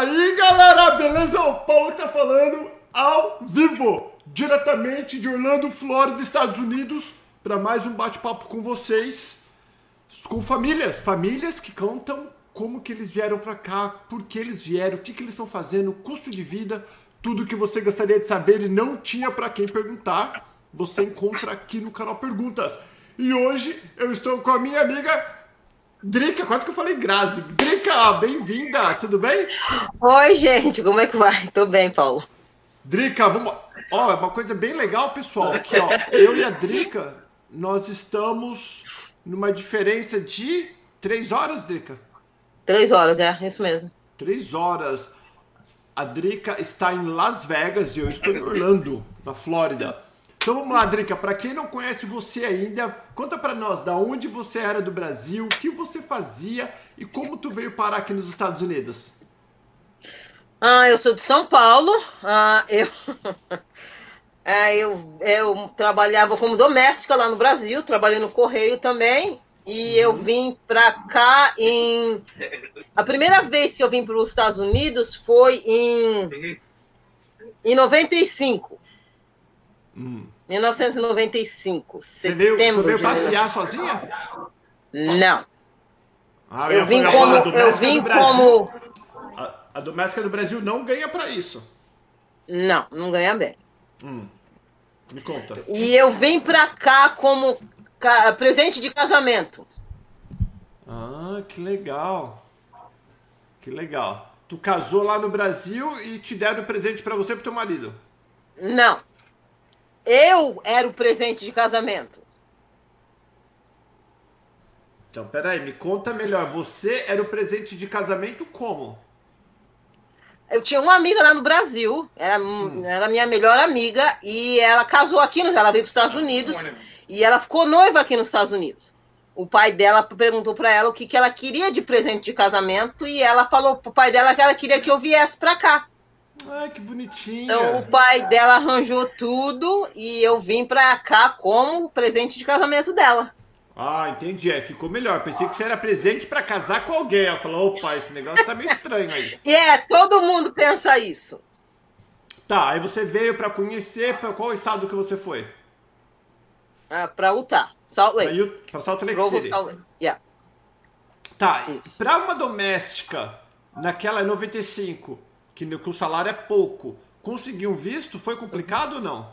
aí, galera, beleza? O Paulo tá falando ao vivo, diretamente de Orlando, Flórida, Estados Unidos, para mais um bate-papo com vocês, com famílias que contam como que eles vieram para cá, por que eles vieram, o que eles estão fazendo, custo de vida, tudo que você gostaria de saber e não tinha para quem perguntar, você encontra aqui no canal Perguntas. E hoje eu estou com a minha amiga Drica, quase que eu falei Grazi. Drica, bem-vinda, tudo bem? Oi, gente, como é que vai? Tô bem, Paulo. Drica, vamos... Ó, uma coisa bem legal, pessoal, que ó, eu e a Drica, nós estamos numa diferença de 3 horas, Drica? 3 horas, isso mesmo. 3 horas. A Drica está em Las Vegas e eu estou em Orlando, na Flórida. Então vamos lá, Drica, para quem não conhece você ainda, conta para nós da onde você era do Brasil, o que você fazia e como tu veio parar aqui nos Estados Unidos. Eu sou de São Paulo. Eu trabalhava como doméstica lá no Brasil, trabalhei no Correio também. E eu vim para cá A primeira vez que eu vim para os Estados Unidos foi em 95. 1995, setembro. Você veio passear sozinha? Não. Eu vim como... A doméstica do Brasil não ganha para isso. Não ganha bem. Me conta. E eu vim para cá como presente de casamento. Ah, que legal. Que legal. Tu casou lá no Brasil e te deram presente para você e pro teu marido? Não. Eu era o presente de casamento. Então, peraí, me conta melhor. Você era o presente de casamento como? Eu tinha uma amiga lá no Brasil, era minha melhor amiga, e ela casou aqui, ela veio para os Estados Unidos, e ela ficou noiva aqui nos Estados Unidos. O pai dela perguntou para ela o que ela queria de presente de casamento, e ela falou pro pai dela que ela queria que eu viesse para cá. Ai, que bonitinha. Então, o pai dela arranjou tudo e eu vim pra cá como presente de casamento dela. Ah, entendi. Ficou melhor. Pensei que você era presente pra casar com alguém. Ela falou, opa, esse negócio tá meio estranho aí. Todo mundo pensa isso. Tá, aí você veio pra conhecer, pra qual estado que você foi? Pra Utah, Salt Lake. Pra Salt Lake City. Salt Lake. Yeah. Tá, pra uma doméstica, naquela 95... que o salário é pouco, conseguir um visto foi complicado ou não?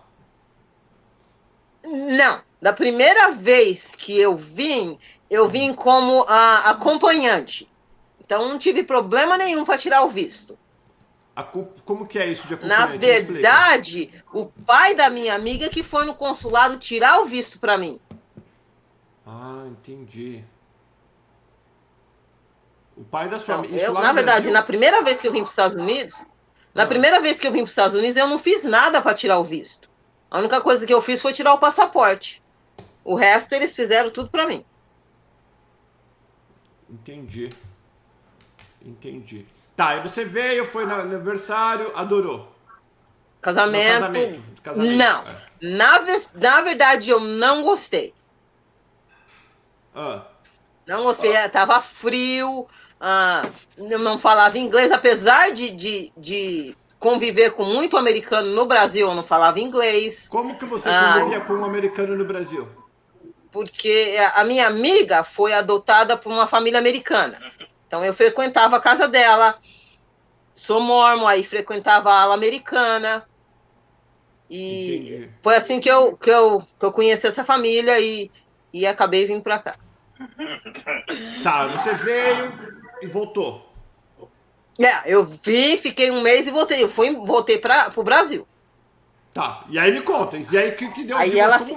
Não. Da primeira vez que eu vim como acompanhante. Então não tive problema nenhum para tirar o visto. Como que é isso de acompanhante? Na verdade, o pai da minha amiga que foi no consulado tirar o visto para mim. Ah, entendi. O pai da sua amiga. Na verdade, na primeira vez que eu vim para os Estados Unidos, eu não fiz nada para tirar o visto. A única coisa que eu fiz foi tirar o passaporte. O resto eles fizeram tudo para mim. Entendi. Tá, aí você veio, foi no aniversário, adorou. Casamento. Não. Na verdade, eu não gostei. Não gostei, tava frio. Eu não falava inglês, apesar de conviver com muito americano no Brasil, eu não falava inglês. Como que você convivia com um americano no Brasil? Porque a minha amiga foi adotada por uma família americana. Então eu frequentava a casa dela, sou mormon, aí frequentava a ala americana. E entendi. Foi assim que eu conheci essa família e acabei vindo pra cá. Tá, você veio e voltou. Eu vim, fiquei um mês e voltei. Voltei pro Brasil. Tá, e aí me conta. E aí que deu aí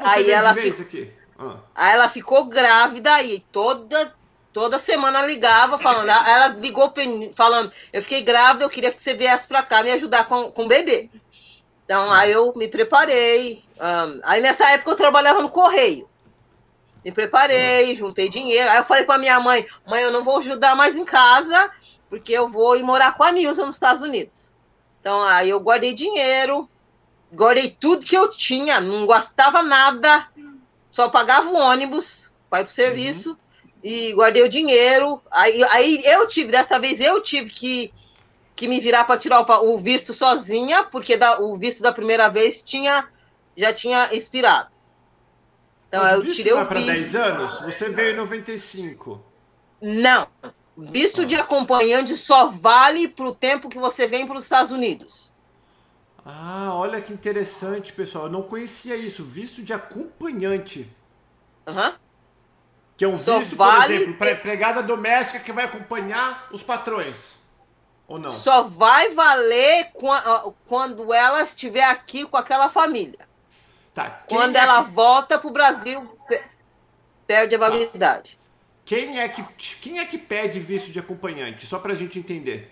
ela ficou grávida e toda semana ligava falando. Ela ligou falando, eu fiquei grávida, eu queria que você viesse pra cá me ajudar com o bebê. Então aí eu me preparei. Aí nessa época eu trabalhava no Correio. Me preparei, juntei dinheiro. Aí eu falei pra minha mãe, eu não vou ajudar mais em casa, porque eu vou ir morar com a Nilza nos Estados Unidos. Então aí eu guardei dinheiro, guardei tudo que eu tinha, não gastava nada, só pagava o ônibus para ir pro serviço e guardei o dinheiro. Dessa vez eu tive que que me virar para tirar o visto sozinha, porque o visto da primeira vez já tinha expirado. Então, Mas o eu visto tirei não o é para visto. 10 anos? Você veio em 95. Não. Visto de acompanhante só vale para o tempo que você vem para os Estados Unidos. Ah, olha que interessante, pessoal. Eu não conhecia isso. Visto de acompanhante. Uhum. Que é um Só visto, vale por exemplo, para empregada doméstica que vai acompanhar os patrões. Ou não? Só vai valer quando ela estiver aqui com aquela família. Tá. Quando ela volta para o Brasil, perde a validade. Quem é que pede visto de acompanhante? Só para a gente entender.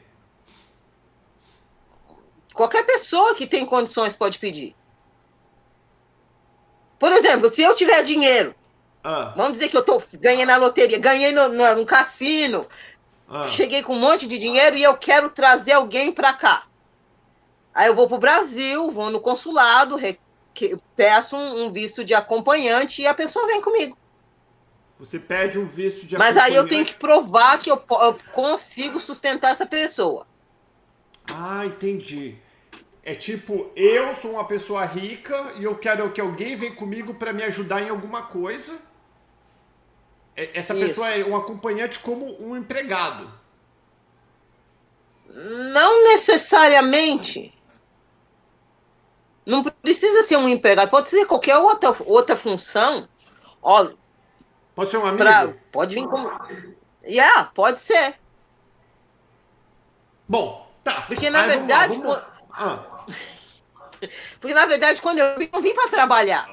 Qualquer pessoa que tem condições pode pedir. Por exemplo, se eu tiver dinheiro, vamos dizer que ganhei na loteria, ganhei no cassino, cheguei com um monte de dinheiro e eu quero trazer alguém para cá. Aí eu vou para o Brasil, vou no consulado, peço um visto de acompanhante e a pessoa vem comigo. Você pede um visto de acompanhante. Mas aí eu tenho que provar que eu consigo sustentar essa pessoa. Ah, entendi. É tipo, eu sou uma pessoa rica e eu quero que alguém venha comigo para me ajudar em alguma coisa. Essa pessoa é um acompanhante como um empregado. Não necessariamente. Não precisa ser um empregado, pode ser qualquer outra função. Ó, pode ser um amigo? Pode vir como. Pode ser. Bom, tá. Porque na verdade. Porque na verdade, quando eu vim para trabalhar.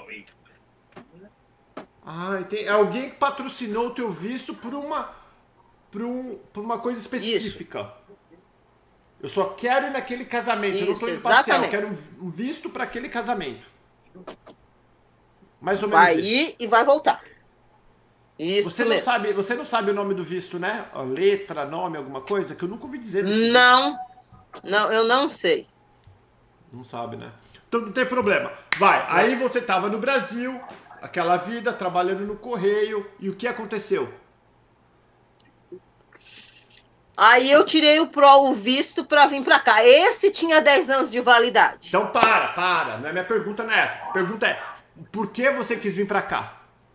Tem alguém que patrocinou o teu visto por uma coisa específica. Isso. Eu só quero ir naquele casamento. Isso, eu não estou indo passear, eu quero um visto para aquele casamento. Mais ou menos isso. Vai ir e vai voltar. Isso você não sabe o nome do visto, né? A letra, nome, alguma coisa? Que eu nunca ouvi dizer. Não, eu não sei. Não sabe, né? Então não tem problema. Vai, aí você estava no Brasil, aquela vida, trabalhando no correio, e o que aconteceu? Aí eu tirei o visto para vir para cá. Esse tinha 10 anos de validade. Então para. Não é minha pergunta não é essa. A pergunta é, por que você quis vir para cá?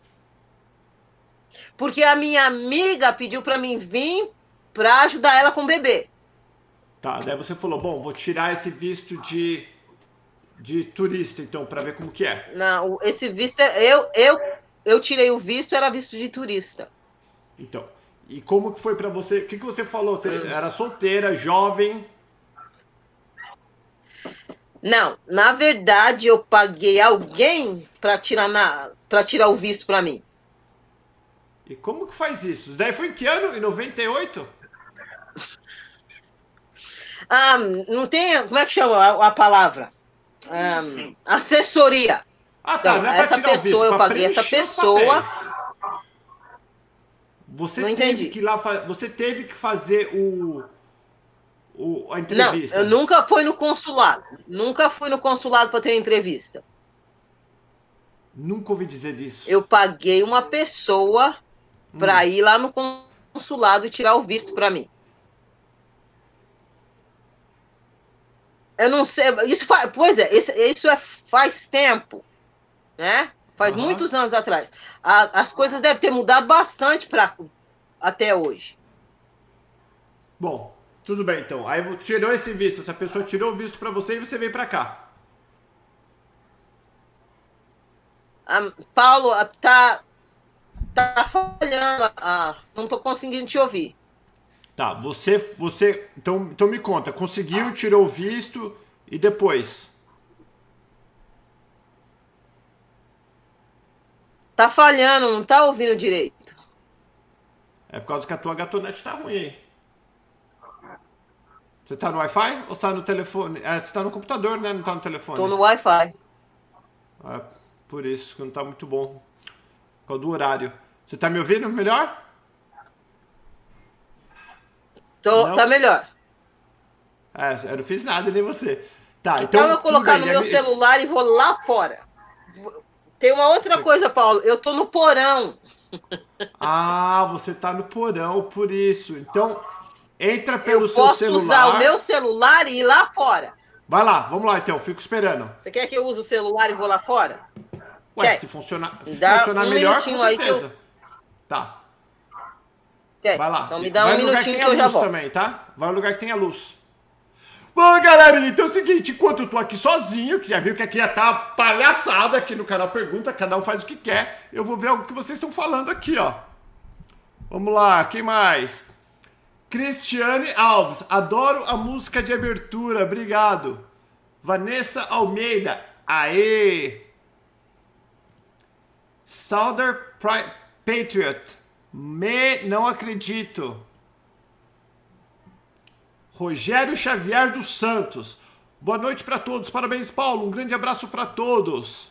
Porque a minha amiga pediu para mim vir para ajudar ela com o bebê. Tá, daí você falou, bom, vou tirar esse visto de turista, então, para ver como que é. Não, esse visto, eu tirei o visto, era visto de turista. Então, e como que foi para você? O que você falou? Você era solteira, jovem? Não, na verdade, eu paguei alguém para tirar o visto para mim. E como que faz isso? Daí foi em que ano? Em 98? Não tem, como é que chama a palavra? Assessoria. Ah, tá, então, não é essa tirar pessoa, o visto, eu paguei essa pessoa. Você teve que ir lá, você teve que fazer a entrevista. Não, eu nunca fui no consulado. Nunca fui no consulado para ter entrevista. Nunca ouvi dizer disso. Eu paguei uma pessoa para ir lá no consulado e tirar o visto para mim. Eu não sei, isso faz tempo, né? Faz muitos anos atrás. As coisas devem ter mudado bastante até hoje. Bom, tudo bem então. Aí tirou esse visto, essa pessoa tirou o visto para você e você veio para cá. Paulo, tá falhando. Não estou conseguindo te ouvir. Tá, você então me conta, conseguiu, tirou o visto e depois? Tá falhando, não tá ouvindo direito. É por causa que a tua gatonete tá ruim aí. Você tá no Wi-Fi ou tá no telefone? Você tá no computador, né? Não tá no telefone? Tô no Wi-Fi. Por isso que não tá muito bom. Por causa do horário. Você tá me ouvindo melhor? Tá melhor. Eu não fiz nada, nem você. Tá, então eu vou colocar no meu celular e vou lá fora. Tem uma outra coisa, Paulo. Eu tô no porão. Você tá no porão, por isso. Então, Entra pelo Eu seu posso celular. usar o meu celular e ir lá fora. Vai lá, vamos lá então, fico esperando. Você quer que eu use o celular e vou lá fora? Ué, Quer? se funcionar Dá melhor, com minutinho aí certeza. Tá, Quer? vai lá. Então me dá Vai um no lugar que minutinho tenha que eu já luz volto. também, tá? Vai no lugar que tenha luz. Bom, galerinha, então é o seguinte, enquanto eu tô aqui sozinho, que já viu que aqui já tá uma palhaçada aqui no canal Pergunta, cada um faz o que quer, eu vou ver algo que vocês estão falando aqui, ó. Vamos lá, quem mais? Cristiane Alves, adoro a música de abertura, obrigado. Vanessa Almeida, aê. Southern Patriot, não acredito. Rogério Xavier dos Santos, boa noite para todos, parabéns Paulo, um grande abraço para todos.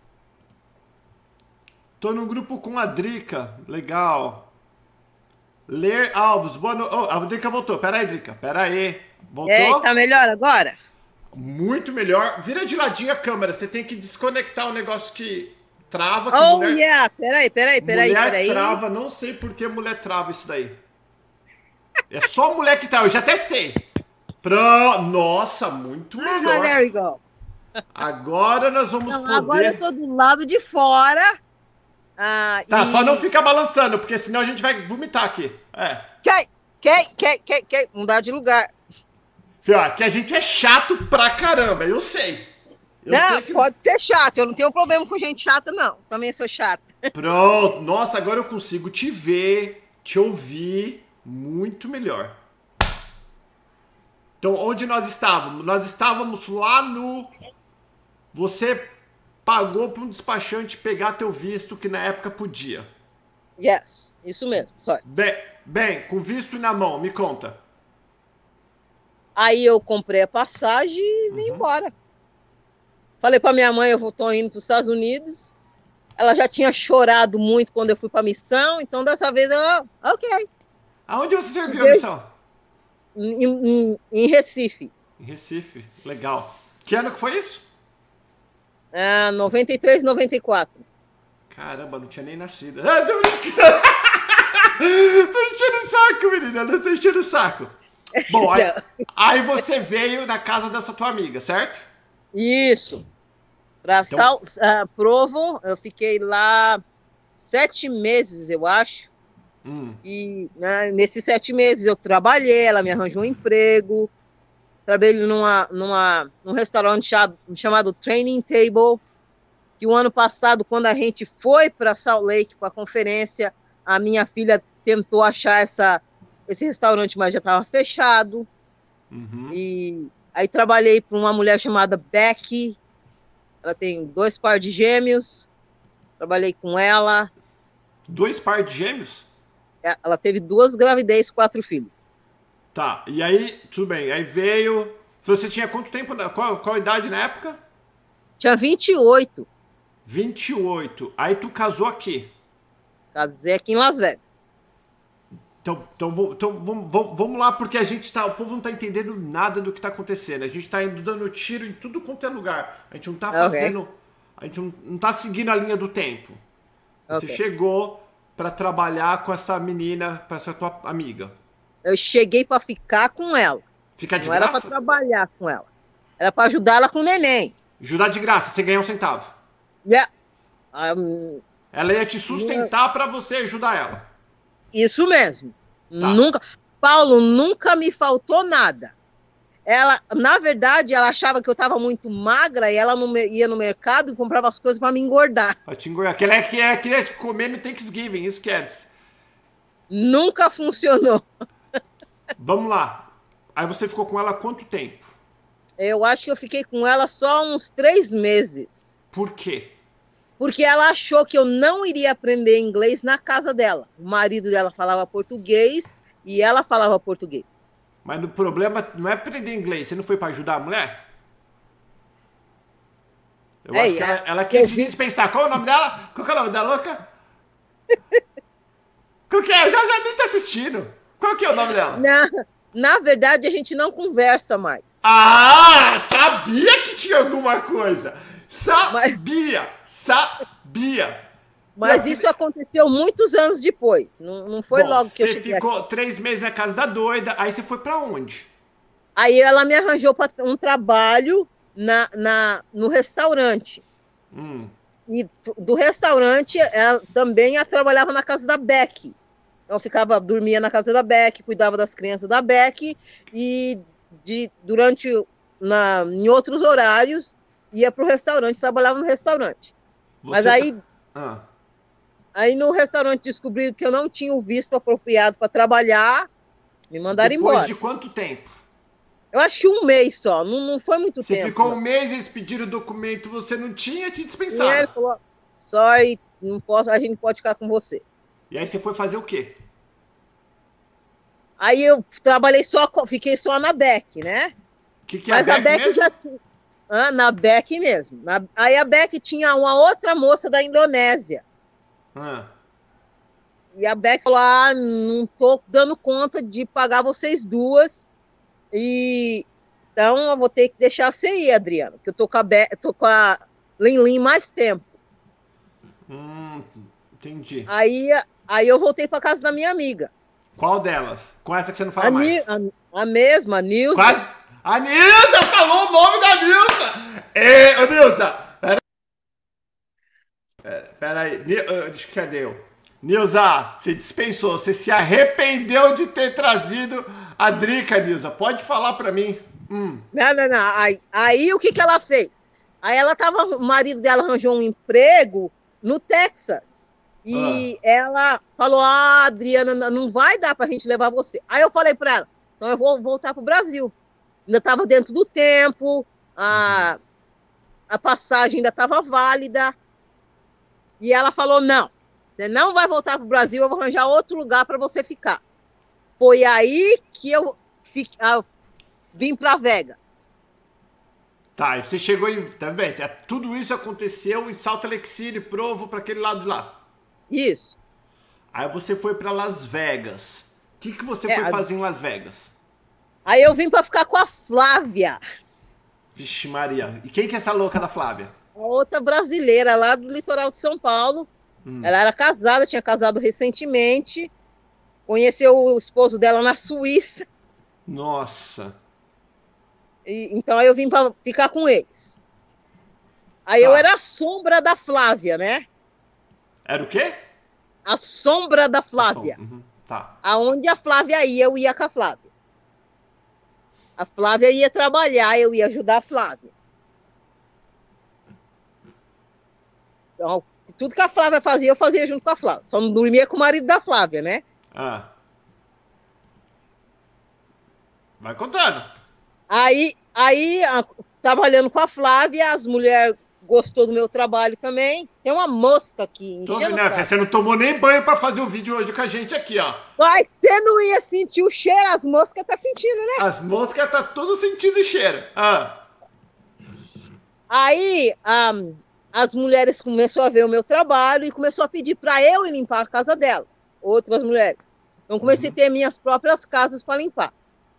Tô no grupo com a Drica, legal. Ler Alves, boa noite. Oh, a Drica voltou, pera aí Drica, pera aí. Voltou? Ei, tá melhor agora? Muito melhor. Vira de ladinho a câmera, você tem que desconectar o negócio que trava. Que Oh, mulher... yeah, peraí. Mulher trava, não sei por que mulher trava isso daí. É só mulher que trava, eu já até sei. Nossa, muito melhor. There we go. Agora nós vamos poder... Agora eu tô do lado de fora. Tá, só não fica balançando, porque senão a gente vai vomitar aqui. É. Quer mudar de lugar. Fio, aqui a gente é chato pra caramba, eu sei. Não, pode ser chato, eu não tenho problema com gente chata, não. Também sou chata. Pronto, nossa, agora eu consigo te ver, te ouvir muito melhor. Então, onde nós estávamos? Nós estávamos lá no... Você pagou para um despachante pegar teu visto, que na época podia. Yes, isso mesmo, sorry. Bem, com visto na mão, me conta. Aí eu comprei a passagem e vim embora. Falei pra minha mãe, tô indo para os Estados Unidos. Ela já tinha chorado muito quando eu fui pra missão, então dessa vez eu, ok. Aonde você serviu a missão? Em Recife. Em Recife, legal. Que ano que foi isso? 93, 94. Caramba, não tinha nem nascido. Tô brincando. Tô enchendo o saco, menina, não tô enchendo o saco. Bom, aí você veio na casa dessa tua amiga, certo? Isso. Para Provo, eu fiquei lá 7 meses, eu acho. E nesses 7 meses eu trabalhei, ela me arranjou um emprego. Trabalhei num restaurante chamado Training Table, que o ano passado, quando a gente foi para Salt Lake para a conferência, a minha filha tentou achar esse restaurante, mas já estava fechado. E aí trabalhei para uma mulher chamada Becky. Ela tem 2 pares de gêmeos. Trabalhei com ela. 2 pares de gêmeos? Ela teve 2 gravidez, 4 filhos. Tá, e aí, tudo bem. Aí veio... Você tinha quanto tempo? Qual idade na época? Tinha 28. 28. Aí tu casou aqui? Casei aqui em Las Vegas. Então vamos lá, porque o povo não tá entendendo nada do que tá acontecendo. A gente tá indo dando tiro em tudo quanto é lugar. A gente não tá fazendo... A gente não tá seguindo a linha do tempo. Você chegou para trabalhar com essa menina, com essa tua amiga. Eu cheguei para ficar com ela. Ficar de não graça? Não era para trabalhar com ela. Era para ajudar ela com o neném. Ajudar de graça, você ganhar um centavo. Yeah. Ela ia te sustentar para você ajudar ela. Isso mesmo. Tá. Paulo, nunca me faltou nada. Ela, na verdade, ela achava que eu estava muito magra e ela ia no mercado e comprava as coisas para me engordar. Pra te engordar. Que ela queria comer no Thanksgiving, esquece. Nunca funcionou. Vamos lá. Aí você ficou com ela há quanto tempo? Eu acho que eu fiquei com ela só uns 3 meses. Por quê? Porque ela achou que eu não iria aprender inglês na casa dela. O marido dela falava português e ela falava português. Mas o problema não é aprender inglês. Você não foi para ajudar a mulher? Eu acho que ela quis se dispensar. Qual é o nome dela? Qual é o nome da louca? Qual que é? Já nem tá assistindo. Qual que é o nome dela? Na verdade, a gente não conversa mais. Ah, sabia que tinha alguma coisa. Sabia. Mas isso aconteceu muitos anos depois. Não foi logo que eu cheguei. Você ficou 3 meses na casa da doida, aí você foi pra onde? Aí ela me arranjou um trabalho no restaurante. E do restaurante, ela também trabalhava na casa da Beck. Então, eu dormia na casa da Beck, cuidava das crianças da Beck, e em outros horários, ia para o restaurante, trabalhava no restaurante. Mas aí no restaurante descobriram que eu não tinha o visto apropriado para trabalhar, me mandaram embora. Depois de quanto tempo? Eu acho que 1 mês só, não foi muito tempo. Você ficou 1 mês, eles pediram o documento, você não tinha, te dispensaram. E ele falou, sorry, a gente não pode ficar com você. E aí você foi fazer o quê? Aí eu fiquei só na Beck, né? Que é a Beck mesmo? Na Beck mesmo. Aí a Beck tinha uma outra moça da Indonésia. E a Beck falou, não tô dando conta de pagar vocês duas. Então eu vou ter que deixar você ir, Adriana. Porque eu tô com a Lin mais tempo. Entendi. Aí eu voltei pra casa da minha amiga. Qual delas? Com essa que você não fala mais? A mesma, a Nilza. Quase. A Nilza! Falou o nome da Nilza! Ô, Nilza! Peraí. Cadê eu? Nilza, você dispensou. Você se arrependeu de ter trazido a Drica, Nilza. Pode falar pra mim. Não. Aí o que ela fez? Aí o marido dela arranjou um emprego no Texas. E ela falou, Adriana, não vai dar pra gente levar você. Aí eu falei pra ela, então eu vou voltar pro Brasil. Ainda estava dentro do tempo, a passagem ainda estava válida. E ela falou, não, você não vai voltar pro Brasil, eu vou arranjar outro lugar para você ficar. Foi aí que eu vim para Vegas. Tá, e você chegou em... Também, tudo isso aconteceu em Salt Lake City, Provo, para aquele lado de lá. Isso. Aí você foi para Las Vegas. O que você foi fazer em Las Vegas? Aí eu vim para ficar com a Flávia. Vixe Maria. E quem que é essa louca da Flávia? A outra brasileira lá do litoral de São Paulo. Ela era casada, tinha casado recentemente. Conheceu o esposo dela na Suíça. Nossa. Então aí eu vim para ficar com eles. Aí eu era a sombra da Flávia, né? Era o quê? A sombra da Flávia. Tá. Aonde a Flávia ia, eu ia com a Flávia. A Flávia ia trabalhar, eu ia ajudar a Flávia. Então, tudo que a Flávia fazia, eu fazia junto com a Flávia. Só não dormia com o marido da Flávia, né? Vai contando. Aí trabalhando com a Flávia, as mulheres gostou do meu trabalho também. Tem uma mosca aqui enchendo. Você não tomou nem banho pra fazer o vídeo hoje com a gente aqui, ó. Mas você não ia sentir o cheiro, as moscas tá sentindo, né? As moscas tá tudo sentindo o cheiro. Aí as mulheres começaram a ver o meu trabalho e começou a pedir para eu ir limpar a casa delas, outras mulheres. Então comecei a ter minhas próprias casas para limpar.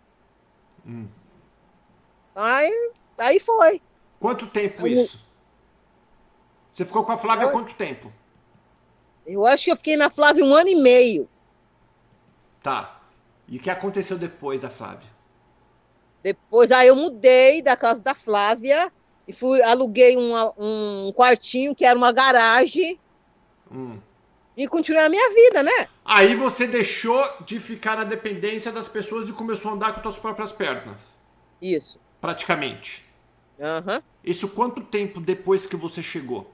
Aí foi. Quanto tempo isso? Você ficou com a Flávia há quanto tempo? Eu acho que eu fiquei na Flávia 1 ano e meio. Tá. E o que aconteceu depois da Flávia? Depois, aí eu mudei da casa da Flávia e aluguei um quartinho que era uma garagem e continuei a minha vida, né? Aí você deixou de ficar na dependência das pessoas e começou a andar com suas próprias pernas. Isso. Praticamente. Isso quanto tempo depois que você chegou?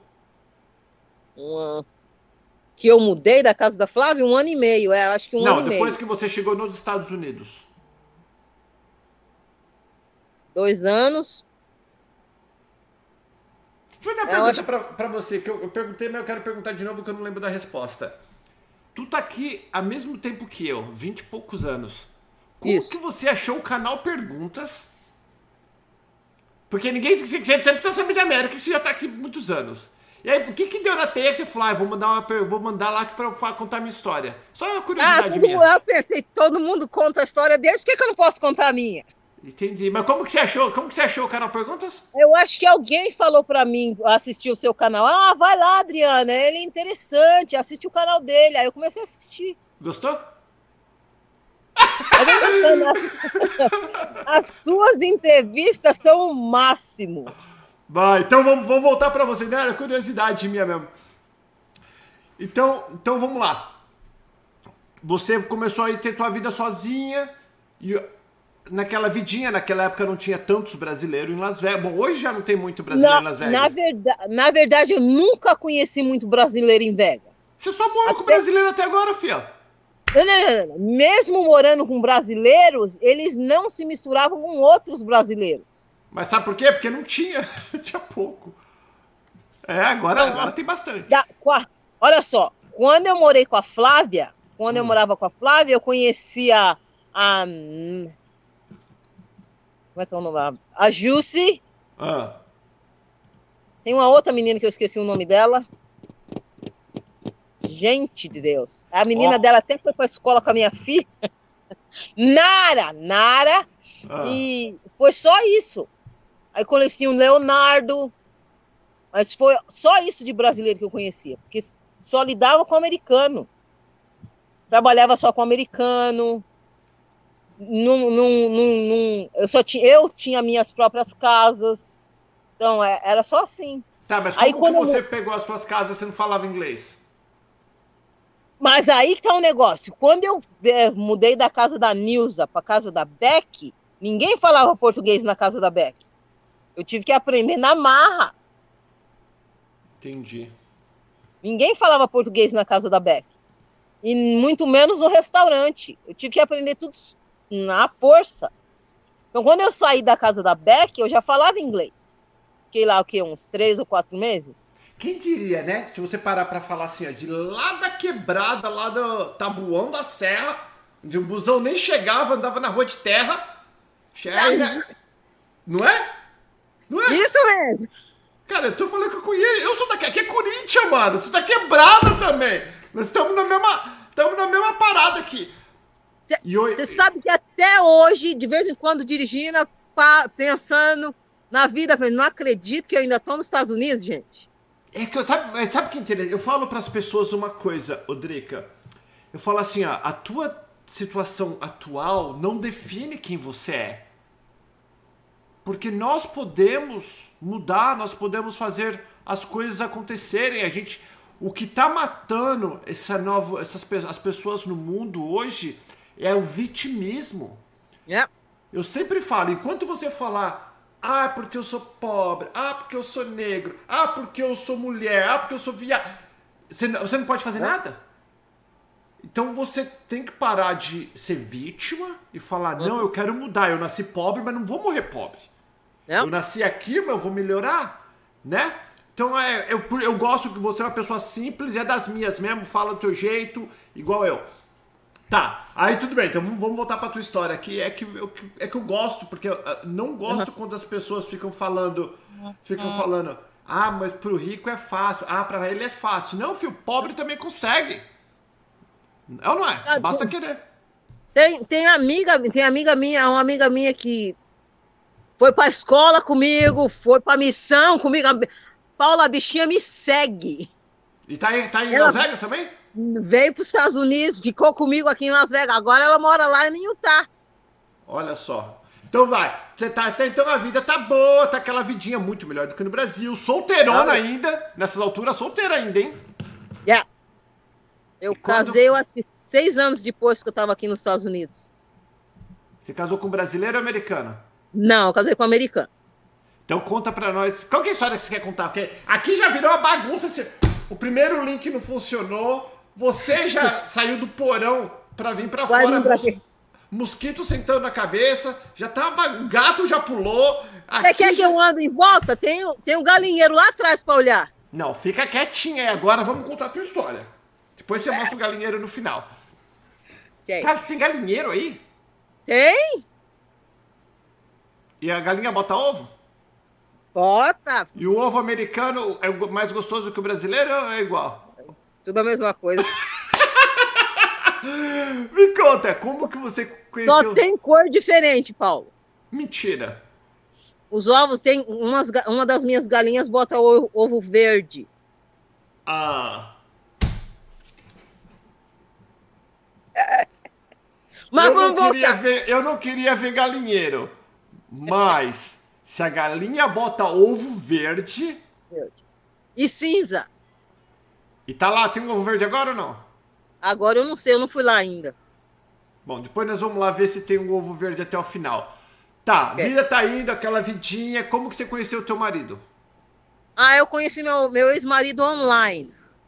Que eu mudei da casa da Flávia? 1 ano e meio, acho que 1 ano e meio. Não, depois que você chegou nos Estados Unidos. 2 anos. Deixa eu dar uma pergunta pra você, que eu perguntei, mas eu quero perguntar de novo, que eu não lembro da resposta. Tu tá aqui há mesmo tempo que eu, 20 e poucos anos. Como que você achou o canal Perguntas? Porque ninguém... Você sempre tá sabendo de América, que você já tá aqui há muitos anos. E aí, o que deu na teia que você falou? Vou mandar lá pra contar a minha história. Só uma curiosidade minha. Eu pensei, todo mundo conta a história deles, por que eu não posso contar a minha? Entendi. Mas como que você achou? Como que você achou o canal Perguntas? Eu acho que alguém falou para mim assistir o seu canal. Ah, vai lá, Adriana, ele é interessante, assiste o canal dele. Aí eu comecei a assistir. Gostou? As suas entrevistas são o máximo. Vai, então vamos voltar para você. Não, era curiosidade minha mesmo. Então vamos lá. Você começou a ter tua vida sozinha e naquela época não tinha tantos brasileiros em Las Vegas. Bom, hoje já não tem muito brasileiro em Las Vegas. Na verdade, eu nunca conheci muito brasileiro em Vegas. Você só morou com brasileiro até agora, filha. Não. Mesmo morando com brasileiros, eles não se misturavam com outros brasileiros. Mas sabe por quê? Porque não tinha. Tinha pouco. Agora tem bastante. Olha só, quando eu morei com a Flávia, eu morava com a Flávia, eu conhecia a... Como é que é o nome? A Jussi. Tem uma outra menina que eu esqueci o nome dela. Gente de Deus. A menina dela até foi pra escola com a minha filha. Nara. E foi só isso. Aí conheci o Leonardo. Mas foi só isso de brasileiro que eu conhecia. Porque só lidava com americano. Trabalhava só com americano. Eu tinha minhas próprias casas. Então, era só assim. Tá, mas como que você pegou as suas casas e você não falava inglês? Mas aí que tá o negócio. Quando eu mudei da casa da Nilza para casa da Beck, ninguém falava português na casa da Beck. Eu tive que aprender na marra. Entendi. Ninguém falava português na casa da Beck. E muito menos no restaurante. Eu tive que aprender tudo na força. Então, quando eu saí da casa da Beck, eu já falava inglês. Fiquei lá, uns 3 ou 4 meses. Quem diria, né? Se você parar pra falar assim, ó, de lá da quebrada, lá do Tabuão da Serra, onde o busão nem chegava, andava na rua de terra. Não é? Não é? Isso mesmo. Cara, eu tô falando que eu conheço. Eu sou daqui. Aqui é Corinthians, mano. Você tá quebrada também. Nós estamos na mesma parada aqui. Você sabe que até hoje, de vez em quando, dirigindo, pensando na vida, não acredito que eu ainda tô nos Estados Unidos, gente. É que sabe o que é interessante? Eu falo pras pessoas uma coisa, Odrica. Eu falo assim, ó, a tua situação atual não define quem você é. Porque nós podemos mudar, nós podemos fazer as coisas acontecerem. O que tá matando as pessoas no mundo hoje é o vitimismo. Yeah. Eu sempre falo, enquanto você falar, porque eu sou pobre, porque eu sou negro, porque eu sou mulher, porque eu sou viado, você não pode fazer nada. Então você tem que parar de ser vítima e falar, não, eu quero mudar, eu nasci pobre, mas não vou morrer pobre. Eu nasci aqui, mas eu vou melhorar, né? Então eu gosto que você é uma pessoa simples, é das minhas mesmo, fala do teu jeito, igual eu. Tá, aí tudo bem, então vamos voltar pra tua história aqui. É que eu gosto, porque eu não gosto quando as pessoas ficam falando, mas pro rico é fácil, pra ele é fácil. Não, filho, pobre também consegue. É ou não é? Basta querer. Tem amiga minha, uma amiga minha que foi pra escola comigo, foi pra missão comigo. Paula, a bichinha me segue. E tá em Las Vegas também? Veio para os Estados Unidos, ficou comigo aqui em Las Vegas. Agora ela mora lá em Utah. Olha só. Então vai. Então a vida tá boa, tá aquela vidinha muito melhor do que no Brasil. Solteirona ainda. Nessas alturas, solteira ainda, hein? Yeah. Eu casei 6 anos depois que eu tava aqui nos Estados Unidos. Você casou com brasileiro ou americano? Não, eu casei com americano. Então conta pra nós. Qual que é a história que você quer contar? Porque aqui já virou uma bagunça. O primeiro link não funcionou. Você já saiu do porão pra vir pra fora. Mosquito sentando na cabeça. Já tava. O gato já pulou. Você quer que eu ando em volta? Tem um galinheiro lá atrás pra olhar. Não, fica quietinha aí. Agora vamos contar a tua história. Depois você mostra o galinheiro no final. Cara, você tem galinheiro aí? Tem. E a galinha bota ovo? Bota. E o ovo americano é mais gostoso que o brasileiro ou é igual? Tudo a mesma coisa. Me conta, como que você conheceu... Só tem cor diferente, Paulo. Mentira. Os ovos tem uma das minhas galinhas bota ovo verde. Ah. Mas vamos voltar. Eu não queria ver galinheiro. Mas se a galinha bota ovo verde. E cinza. E tá lá, tem um ovo verde agora ou não? Agora eu não sei, eu não fui lá ainda. Bom, depois nós vamos lá ver se tem um ovo verde até o final. Tá, a vida tá indo, aquela vidinha. Como que você conheceu o teu marido? Ah, eu conheci meu ex-marido online.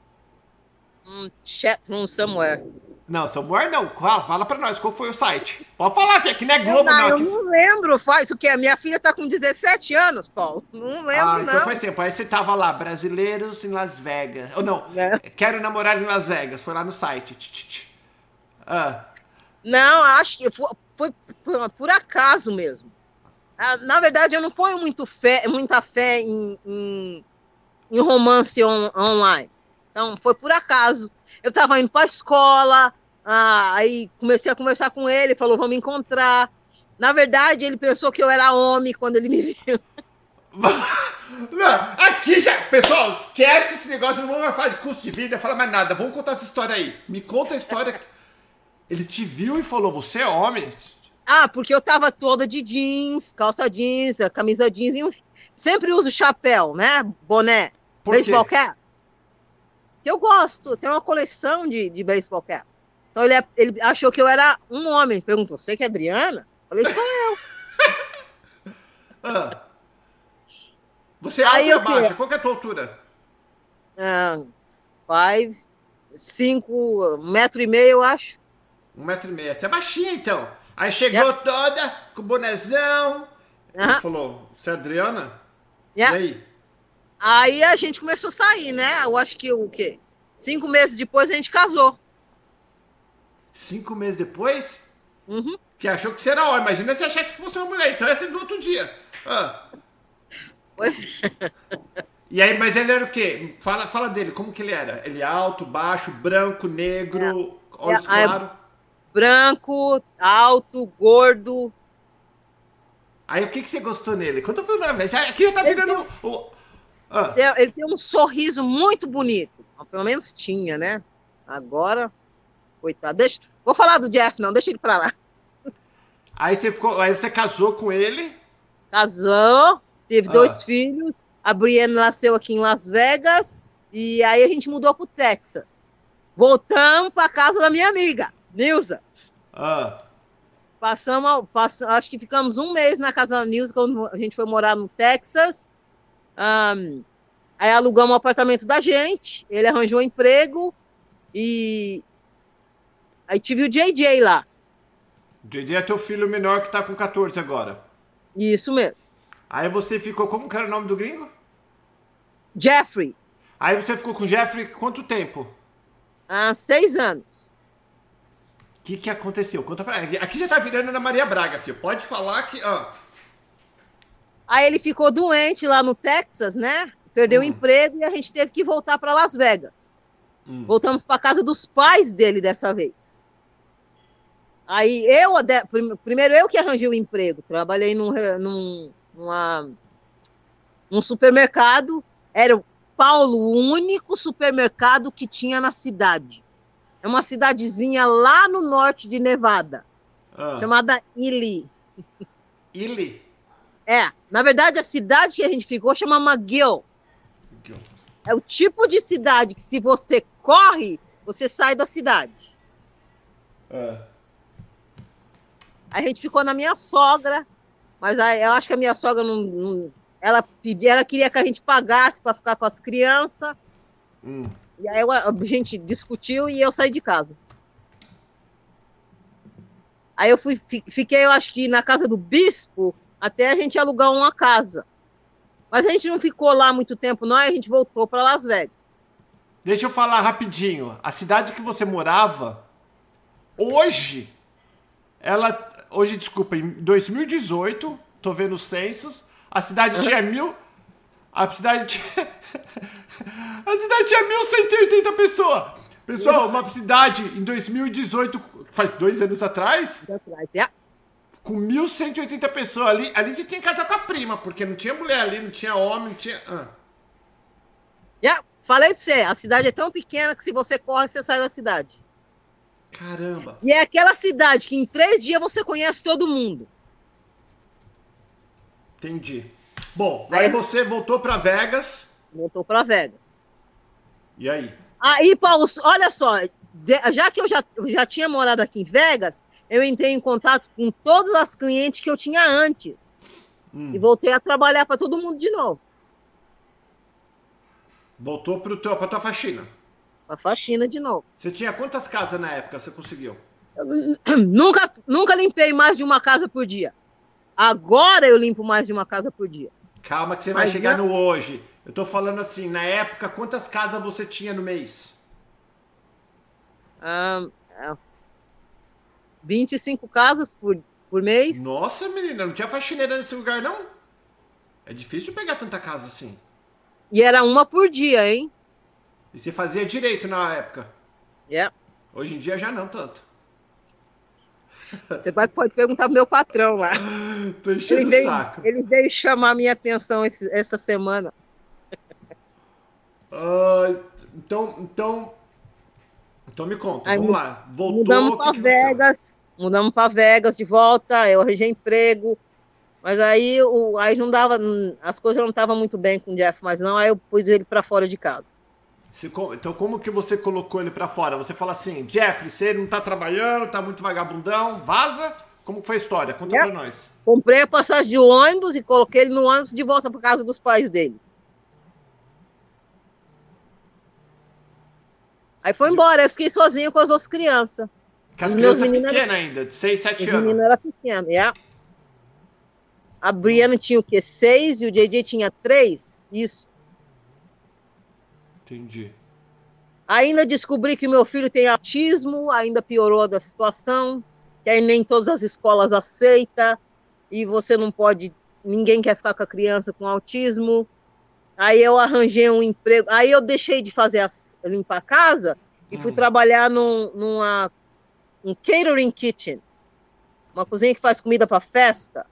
Chat room somewhere. Não, somewhere não. Fala pra nós, qual foi o site? Pode falar, filha, que não é Globo, não. Eu não lembro, faz o quê? Minha filha tá com 17 anos, Paulo. Não lembro, então não. faz tempo. Aí você tava lá, brasileiros em Las Vegas. Ou não, quero namorar em Las Vegas. Foi lá no site. Não, acho que foi por acaso mesmo. Na verdade, eu não ponho muita fé em romance online. Então, foi por acaso. Eu estava indo para a escola, aí comecei a conversar com ele, falou, vamos encontrar. Na verdade, ele pensou que eu era homem quando ele me viu. Não, aqui já, pessoal, esquece esse negócio, não vamos mais falar de custo de vida, fala mais nada, vamos contar essa história aí. Me conta a história. Ele te viu e falou, você é homem? Porque eu tava toda de jeans, calça jeans, camisa jeans, e sempre uso chapéu, né? Boné, baseball cap. Que eu gosto, tem uma coleção de baseball cap. Então ele achou que eu era um homem. Perguntou, você que é Adriana? Eu falei, sou eu. Você é alta ou baixa? Qual que é a tua altura? 5, 1,5 m, eu acho. 1,5 m. Você é baixinha, então. Aí chegou toda, com bonezão. Ele falou, você é Adriana? E aí? Aí a gente começou a sair, né? Eu acho que 5 meses depois a gente casou. 5 meses depois? Uhum. Que achou que você era homem. Imagina se achasse que fosse uma mulher. Então ia ser do outro dia. Pois. E aí, mas ele era o quê? Fala dele, como que ele era? Ele alto, baixo, branco, negro, olhos claros? Branco, alto, gordo. Aí o que você gostou nele? Conta pra nós, velho. Aqui já tá virando... Ele tem um sorriso muito bonito. Pelo menos tinha, né? Agora, coitado. Vou falar do Jeff, não. Deixa ele pra lá. Aí você casou com ele? Casou. Teve 2 filhos. A Brienne nasceu aqui em Las Vegas. E aí a gente mudou pro Texas. Voltamos pra casa da minha amiga, Nilza. Acho que ficamos 1 mês na casa da Nilza quando a gente foi morar no Texas. Aí alugamos um apartamento da gente, ele arranjou um emprego e aí tive o JJ lá. O JJ é teu filho menor que tá com 14 agora. Isso mesmo. Aí você ficou, como que era o nome do gringo? Jeffrey. Aí você ficou com o Jeffrey quanto tempo? 6 anos. O que aconteceu? Conta pra... Aqui já tá virando Ana Maria Braga, filho. Pode falar que... Aí ele ficou doente lá no Texas, né? Perdeu o emprego e a gente teve que voltar para Las Vegas. Voltamos para casa dos pais dele dessa vez. Aí primeiro eu que arranjei o emprego. Trabalhei num supermercado. Era o único supermercado que tinha na cidade. É uma cidadezinha lá no norte de Nevada, chamada Ely. Ely? Na verdade a cidade que a gente ficou chama McGill. É o tipo de cidade que se você corre, você sai da cidade. A gente ficou na minha sogra, mas eu acho que a minha sogra ela queria que a gente pagasse para ficar com as crianças. E aí a gente discutiu e eu saí de casa. Aí eu fiquei, eu acho que na casa do bispo, até a gente alugar uma casa. Mas a gente não ficou lá muito tempo, não, a gente voltou para Las Vegas. Deixa eu falar rapidinho. A cidade que você morava, hoje, desculpa, em 2018, tô vendo os censos, a cidade tinha a cidade tinha 1.180 pessoas. Pessoal, uma cidade em 2018, faz 2 anos atrás, Com 1.180 pessoas ali. Ali você tinha que casar com a prima, porque não tinha mulher ali, não tinha homem, não tinha... Falei pra você, a cidade é tão pequena que se você corre, você sai da cidade. Caramba. E é aquela cidade que em 3 dias você conhece todo mundo. Entendi. Bom, aí você voltou pra Vegas. Voltou pra Vegas. E aí? Aí, Paulo, olha só, já que eu já tinha morado aqui em Vegas, eu entrei em contato com todas as clientes que eu tinha antes. E voltei a trabalhar para todo mundo de novo. Voltou pra tua faxina. Pra faxina de novo. Você tinha quantas casas na época você conseguiu? Nunca limpei mais de uma casa por dia. Agora eu limpo mais de uma casa por dia. Calma que você vai chegar no hoje. Eu tô falando assim, na época, quantas casas você tinha no mês? 25 casas por mês. Nossa, menina, não tinha faxineira nesse lugar, não? É difícil pegar tanta casa assim. E era uma por dia, hein? E você fazia direito na época? Hoje em dia já não tanto. Você pode perguntar pro meu patrão lá. Tô enchendo o saco. Ele veio chamar minha pensão essa semana. Então me conta, Aí, vamos lá. Voltou, mudamos para Vegas de volta, eu arranjei emprego, mas aí não dava, as coisas não estavam muito bem com o Jeff, mas não, aí eu pus ele para fora de casa. Então como que você colocou ele para fora? Você fala assim, Jeffrey, você não tá trabalhando, tá muito vagabundão, vaza? Como foi a história? Conta pra nós. Comprei a passagem de ônibus e coloquei ele no ônibus de volta para casa dos pais dele. Aí foi embora, eu fiquei sozinha com as outras crianças. Com as crianças pequenas ainda, de 6, 7 anos. Os meninos eram pequenos, A Brianna tinha o quê? 6 e o JJ tinha 3? Isso. Entendi. Ainda descobri que meu filho tem autismo, ainda piorou da situação, que aí nem todas as escolas aceitam, e você não pode, ninguém quer ficar com a criança com autismo. Aí eu arranjei um emprego, aí eu deixei de limpar a casa e fui trabalhar num catering kitchen, uma cozinha que faz comida para festa.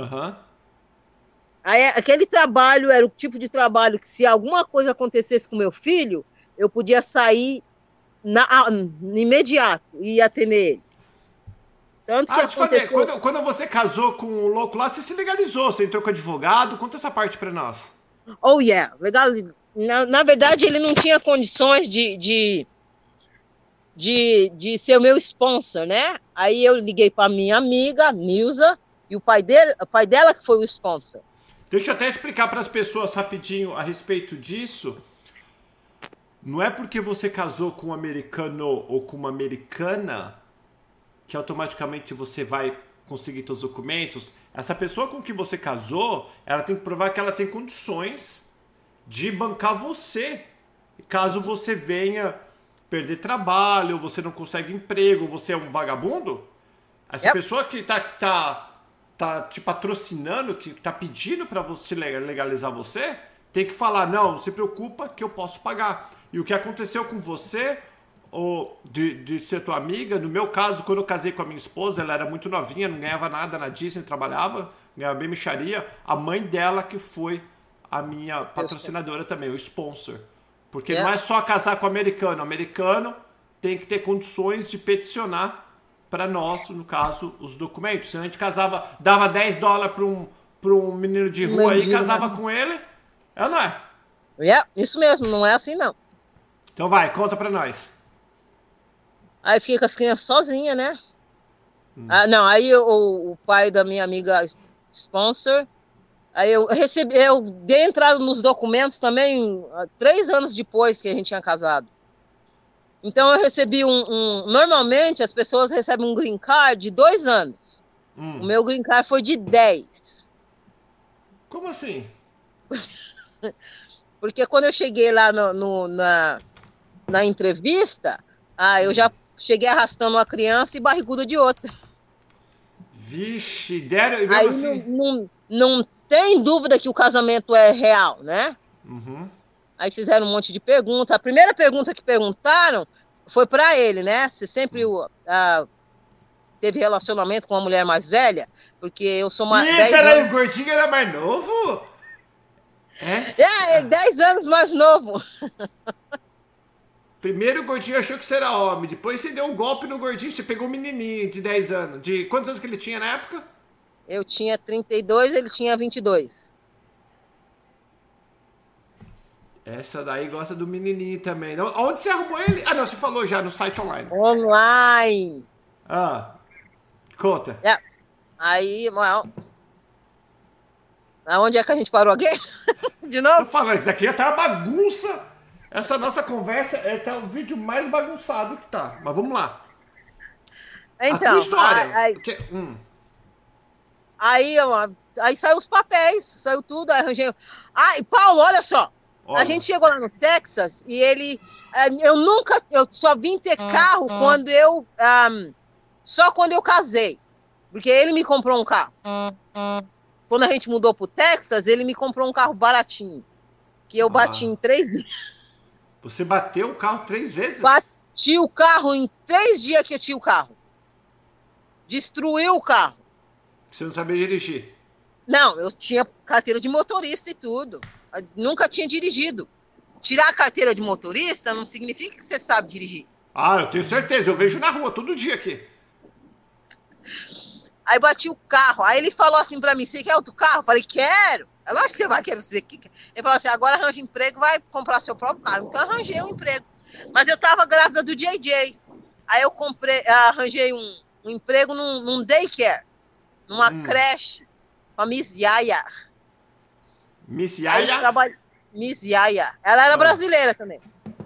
Aí aquele trabalho era o tipo de trabalho que se alguma coisa acontecesse com meu filho, eu podia sair imediato e atender ele. Tanto que aconteceu... Quando você casou com o louco lá, você se legalizou, você entrou com advogado, conta essa parte para nós. Oh, yeah, legal. Na verdade, ele não tinha condições de ser o meu sponsor, né? Aí eu liguei para minha amiga, Nilza, e o pai dela que foi o sponsor. Deixa eu até explicar para as pessoas rapidinho a respeito disso. Não é porque você casou com um americano ou com uma americana que automaticamente você vai conseguir seus documentos. Essa pessoa com que você casou, ela tem que provar que ela tem condições de bancar você. Caso você venha perder trabalho, você não consegue emprego, você é um vagabundo, essa pessoa que tá te patrocinando, que tá pedindo para você legalizar você, tem que falar, não se preocupa que eu posso pagar. E o que aconteceu com você, de ser tua amiga, no meu caso, quando eu casei com a minha esposa, ela era muito novinha, não ganhava nada na Disney, trabalhava, ganhava bem mixaria, a mãe dela que foi a minha patrocinadora também, o sponsor. Porque não é só casar com americano. Americano tem que ter condições de peticionar para nós, no caso, os documentos. Se a gente casava, dava $10 para um menino de rua aí, casava com ele, não é? Isso mesmo, não é assim não. Então vai, conta para nós. Aí fiquei com as crianças sozinha, né? Aí o pai da minha amiga sponsor, aí eu dei entrada nos documentos também 3 anos depois que a gente tinha casado. Então eu recebi normalmente as pessoas recebem um green card de 2 anos. O meu green card foi de 10. Como assim? Porque quando eu cheguei lá na entrevista, eu já cheguei arrastando uma criança e barriguda de outra. Vixe, deram... Aí assim... não tem dúvida que o casamento é real, né? Aí fizeram um monte de perguntas. A primeira pergunta que perguntaram foi para ele, né? Se sempre teve relacionamento com uma mulher mais velha, porque eu sou uma... Peraí, o gordinho era mais novo? 10 anos mais novo. Primeiro o gordinho achou que você era homem, depois você deu um golpe no gordinho, você pegou um menininho de 10 anos. De quantos anos que ele tinha na época? Eu tinha 32, ele tinha 22. Essa daí gosta do menininho também. Onde você arrumou ele? Ah, não, você falou já no site online. Online. Conta. Aí, aonde é que a gente parou aqui? De novo? Tô falando, isso aqui já tá uma bagunça. Essa nossa conversa tá o vídeo mais bagunçado que tá. Mas vamos lá. Então, a tua história. Aí saiu os papéis, saiu tudo, aí arranjei. E Paulo, olha só. A gente chegou lá no Texas e eu só vim ter carro só quando eu casei. Porque ele me comprou um carro. Quando a gente mudou pro Texas, ele me comprou um carro baratinho. Que eu bati em 3 dias. Você bateu o carro 3 vezes? Bati o carro em 3 dias que eu tinha o carro. Destruiu o carro. Você não sabia dirigir? Não, eu tinha carteira de motorista e tudo. Eu nunca tinha dirigido. Tirar a carteira de motorista não significa que você sabe dirigir. Eu tenho certeza. Eu vejo na rua todo dia aqui. Aí bati o carro. Aí ele falou assim pra mim, você quer outro carro? Eu falei, quero. É lógico que você vai querer. Ele falou assim, agora arranja emprego, vai comprar seu próprio carro. Então eu arranjei um emprego. Mas eu tava grávida do JJ. Aí eu arranjei um emprego num daycare. Numa creche. Com a Miss Yaya. Miss Yaya? Miss Yaya. Ela era brasileira também.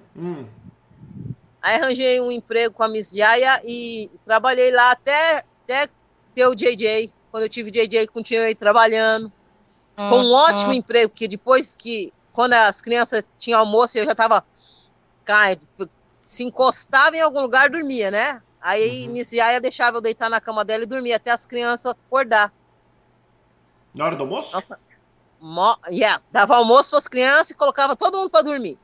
Aí arranjei um emprego com a Miss Yaya e trabalhei lá até ter o JJ. Quando eu tive o JJ, continuei trabalhando. Foi um ótimo emprego, porque depois quando as crianças tinham almoço, eu já tava se encostava em algum lugar, dormia, né? Aí Miss Yaya deixava eu deitar na cama dela e dormir até as crianças acordar. Na hora do almoço? Dava almoço para as crianças e colocava todo mundo para dormir.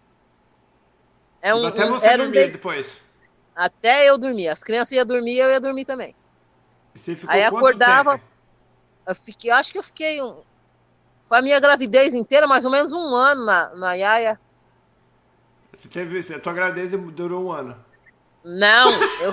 Até você dormir depois? Até eu dormir. As crianças iam dormir e eu ia dormir também. E você ficou aí acordava. Tempo? Acho que eu fiquei. Foi a minha gravidez inteira, mais ou menos 1 ano na Yaya. A tua gravidez durou 1 ano? Não, eu.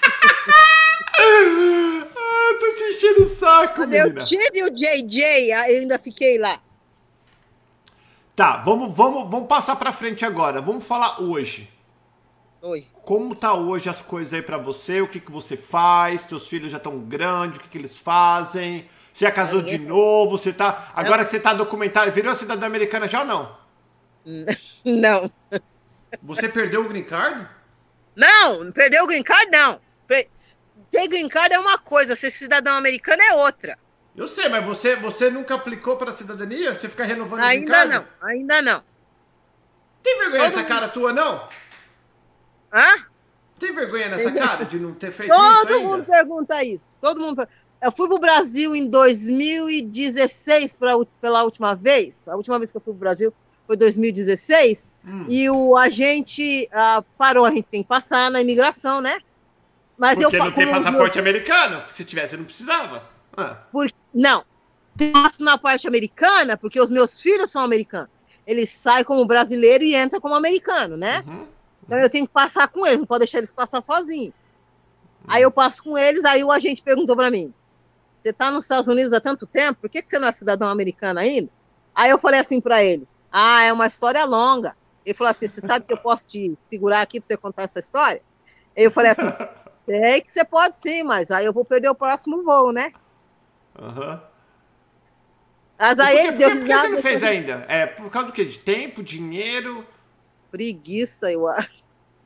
Tô te enchendo o saco, Quando menina. eu tive o JJ, eu ainda fiquei lá. Tá, vamos passar pra frente agora. Vamos falar hoje. Como tá hoje as coisas aí pra você? O que você faz? Seus filhos já estão grandes? O que eles fazem? Você já casou de novo? Você tá... Agora que você tá documentado, virou cidadã americana já ou não? Não. Você perdeu o green card? Não perdeu o green card, não. Ter green card é uma coisa, ser cidadão americano é outra. Eu sei, mas você nunca aplicou para a cidadania? Você fica renovando o green card? Ainda não. Tem vergonha nessa cara tua, não? Hã? Tem vergonha nessa cara de não ter feito isso ainda? Todo mundo pergunta isso. Eu fui pro Brasil em 2016 pela última vez. A última vez que eu fui pro Brasil foi 2016. E o agente parou. A gente tem que passar na imigração, né? Mas porque não tem passaporte americano? Se tivesse, não precisava. Não. Eu passo na parte americana porque os meus filhos são americanos. Eles saem como brasileiro e entram como americano, né? Então eu tenho que passar com eles, não pode deixar eles passar sozinhos. Aí eu passo com eles, aí o agente perguntou pra mim, você tá nos Estados Unidos há tanto tempo, por que você não é cidadão americano ainda? Aí eu falei assim pra ele, é uma história longa. Ele falou assim, você sabe que eu posso te segurar aqui pra você contar essa história? Aí eu falei assim, sei que você pode sim, mas aí eu vou perder o próximo voo, né? Mas aí por que você não fez ainda? É por causa do quê? De tempo, dinheiro? Preguiça, eu acho.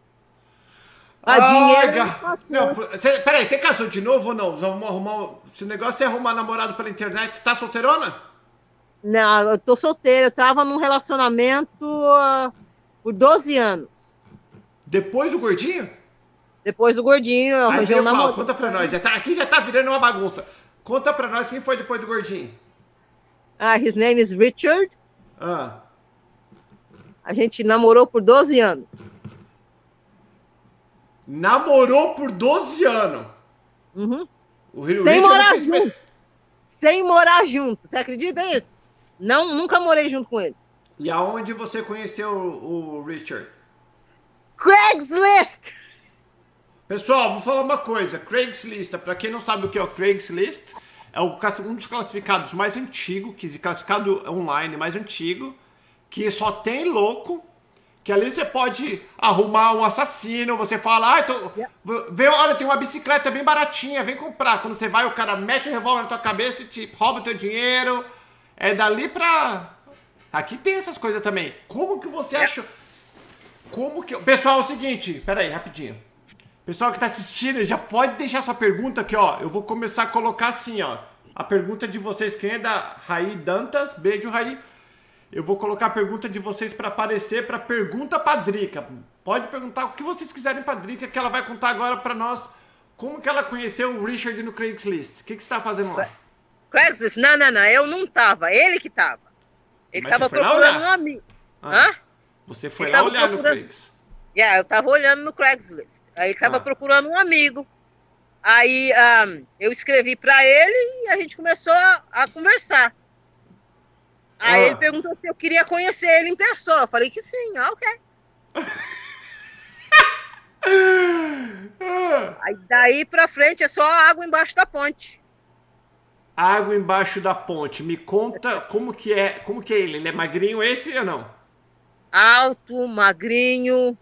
Dinheiro. Peraí, você casou de novo ou não? Vamos arrumar. Se o negócio é arrumar namorado pela internet, você tá solteirona? Não, eu tô solteira. Eu tava num relacionamento por 12 anos. Depois do gordinho? Depois do gordinho, eu arranjei um namorado. Conta pra nós. Aqui já tá virando uma bagunça. Conta pra nós quem foi depois do gordinho. His name is Richard. A gente namorou por 12 anos. Namorou por 12 anos? Uhum. O Sem Richard morar não quis junto. Sem morar junto. Você acredita nisso? Não, nunca morei junto com ele. E aonde você conheceu o Richard? Craigslist! Pessoal, vou falar uma coisa. Craigslist, para quem não sabe o que é o Craigslist, é um dos classificados mais antigos, classificado online mais antigo, que só tem louco, que ali você pode arrumar um assassino, você fala, olha, tem uma bicicleta bem baratinha, vem comprar. Quando você vai, o cara mete o revólver na tua cabeça e te rouba o teu dinheiro. É dali pra... Aqui tem essas coisas também. Como que você achou? Pessoal, é o seguinte, peraí, rapidinho. Pessoal que tá assistindo, já pode deixar sua pergunta aqui, ó. Eu vou começar a colocar assim, ó. A pergunta de vocês, quem é da Raí Dantas, beijo, Raí. Eu vou colocar a pergunta de vocês para aparecer para pergunta pra Drica. Pode perguntar o que vocês quiserem pra Drica, que ela vai contar agora pra nós como que ela conheceu o Richard no Craigslist. O que você tá fazendo lá? Craigslist? Não, eu não tava. Ele que tava. Ele tava procurando um amigo. Hã? Você foi lá olhar no Craigslist? Eu tava olhando no Craigslist. Aí ele tava procurando um amigo. Aí eu escrevi pra ele e a gente começou a conversar. Aí ele perguntou se eu queria conhecer ele em pessoa. Eu falei que sim, ok. Aí daí pra frente é só água embaixo da ponte. Água embaixo da ponte. Me conta como que é ele. Ele é magrinho esse ou não? Alto, magrinho.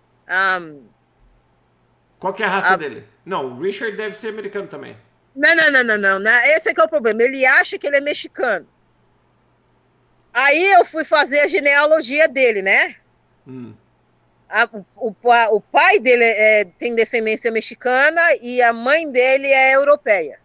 Qual que é a raça dele? Não, o Richard deve ser americano também. Não. Esse é que é o problema. Ele acha que ele é mexicano. Aí eu fui fazer a genealogia dele, né? O pai dele tem descendência mexicana e a mãe dele é europeia.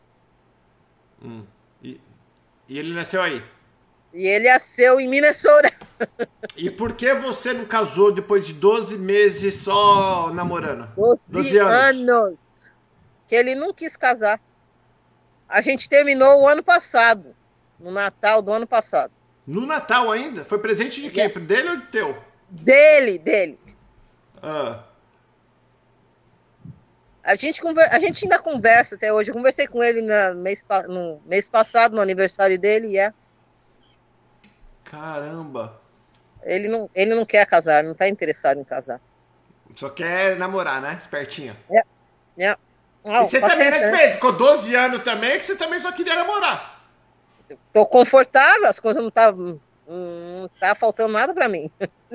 E ele nasceu aí? E ele nasceu em Minnesota. E por que você não casou depois de 12 meses só namorando? 12 anos. Que ele não quis casar. A gente terminou o ano passado. No Natal do ano passado. No Natal ainda? Foi presente de quem? Dele ou de teu? Dele. A gente ainda conversa até hoje. Eu conversei com ele no mês passado, no aniversário dele, Caramba. Ele não quer casar, não tá interessado em casar. Só quer namorar, né? Espertinho. Não, e você também, né? Ficou 12 anos também, que você também só queria namorar. Tô confortável, as coisas não tá faltando nada pra mim.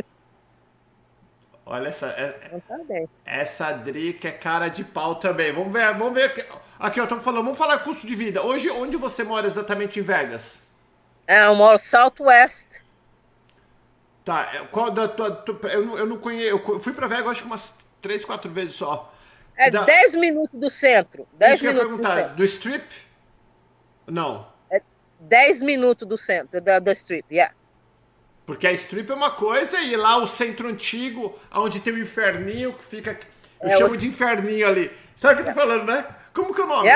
Olha Não tá bem. essa Drica é cara de pau também. Vamos ver. Aqui, ó, estamos falando, vamos falar custo de vida. Hoje, onde você mora exatamente em Vegas? Eu moro Southwest. Tá, eu não conheço, eu fui pra Vegas acho que umas 3, 4 vezes só. 10 minutos do centro. 10 minutos do centro. Do Strip? Não. 10 minutos do centro, da Strip, Porque a Strip é uma coisa e lá o centro antigo, onde tem o inferninho, que fica... Eu chamo de inferninho ali. Sabe o que eu tô falando, né? Como que é o nome?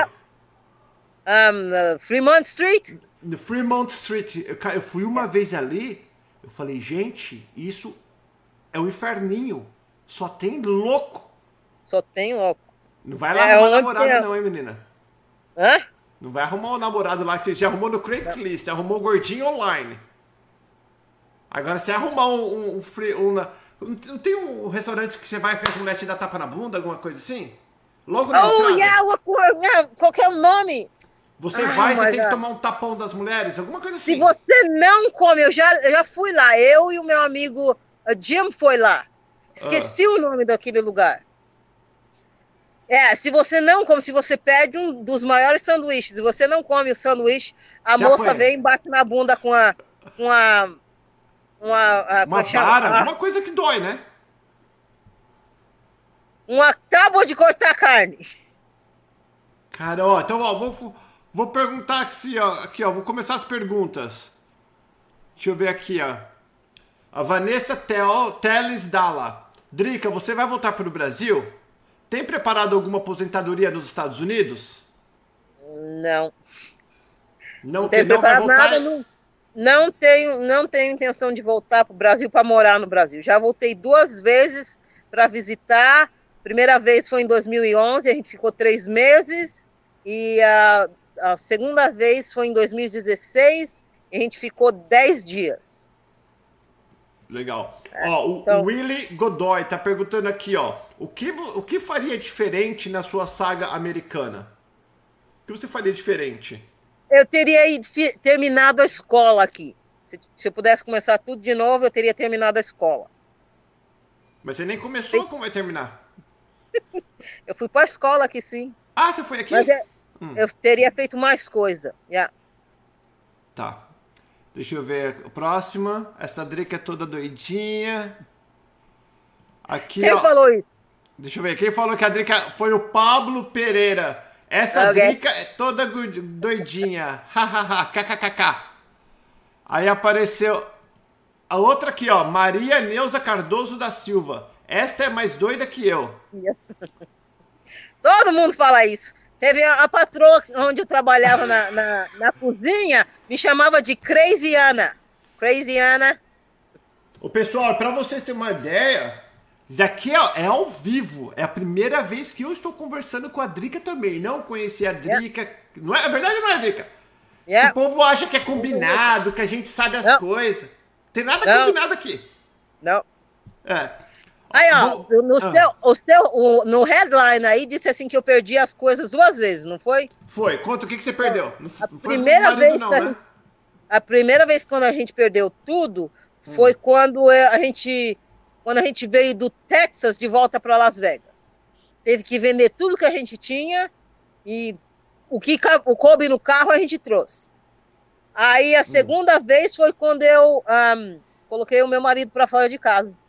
Fremont Street. No Fremont Street. Eu fui uma vez ali, eu falei, gente, isso é o inferninho. Só tem louco. Só tem louco. Não vai lá arrumar namorado não, hein, menina? Hã? Não vai arrumar um namorado lá que você já arrumou no Craigslist, você arrumou um gordinho online. Agora, você arrumar não tem um restaurante que você vai que as mulheres te dão tapa na bunda, alguma coisa assim? Logo na entrada. Qual que é o nome? Você você tem que tomar um tapão das mulheres, alguma coisa assim. Se você não come, eu já fui lá, eu e o meu amigo Jim foi lá. Esqueci o nome daquele lugar. Se você não come, se você pede um dos maiores sanduíches, e você não come o sanduíche, a moça vem e bate na bunda com uma vara, alguma coisa que dói, né? Uma tábua de cortar carne. Cara, ó, então, ó, vou perguntar aqui, ó, vou começar as perguntas. Deixa eu ver aqui, ó. A Vanessa Teles Dalla. Drica, você vai voltar para o Brasil? Tem preparado alguma aposentadoria nos Estados Unidos? Não. Não tem preparado nada, não tenho intenção de voltar para o Brasil para morar no Brasil. Já voltei 2 vezes para visitar. Primeira vez foi em 2011, a gente ficou 3 meses. e a segunda vez foi em 2016, e a gente ficou 10 dias. Legal. Ó, então, o Willy Godoy tá perguntando aqui, ó, o que faria diferente na sua saga americana? O que você faria diferente? Eu teria terminado a escola aqui. Se eu pudesse começar tudo de novo, eu teria terminado a escola. Mas você nem começou, como vai terminar? Eu fui para a escola aqui, sim. Ah, você foi aqui? Mas eu teria feito mais coisa. Yeah. Tá. Deixa eu ver a próxima. Essa Drica é toda doidinha. Aqui, Quem falou isso? Deixa eu ver. Quem falou que a Drica foi o Pablo Pereira. Essa Drica é toda doidinha. Hahaha. KKKK. Aí apareceu a outra aqui, ó. Maria Neuza Cardoso da Silva. Esta é mais doida que eu. Todo mundo fala isso. Teve a patroa onde eu trabalhava na cozinha, me chamava de Crazy Ana. Crazy Ana. Ô, pessoal, para vocês terem uma ideia, isso aqui é ao vivo. É a primeira vez que eu estou conversando com a Drica também. Não conhecia a Drica. Yeah. Não é, a verdade não é, Drica? Yeah. O povo acha que é combinado, que a gente sabe as coisas. Tem nada combinado aqui. Não. Aí, ó, no headline aí disse assim que eu perdi as coisas 2 vezes, não foi? Foi. Conta o que você perdeu. Não foi primeira vez não, né? A primeira vez quando a gente perdeu tudo foi quando a gente veio do Texas de volta para Las Vegas. Teve que vender tudo que a gente tinha e o que coube no carro a gente trouxe. Aí a segunda vez foi quando eu coloquei o meu marido para fora de casa.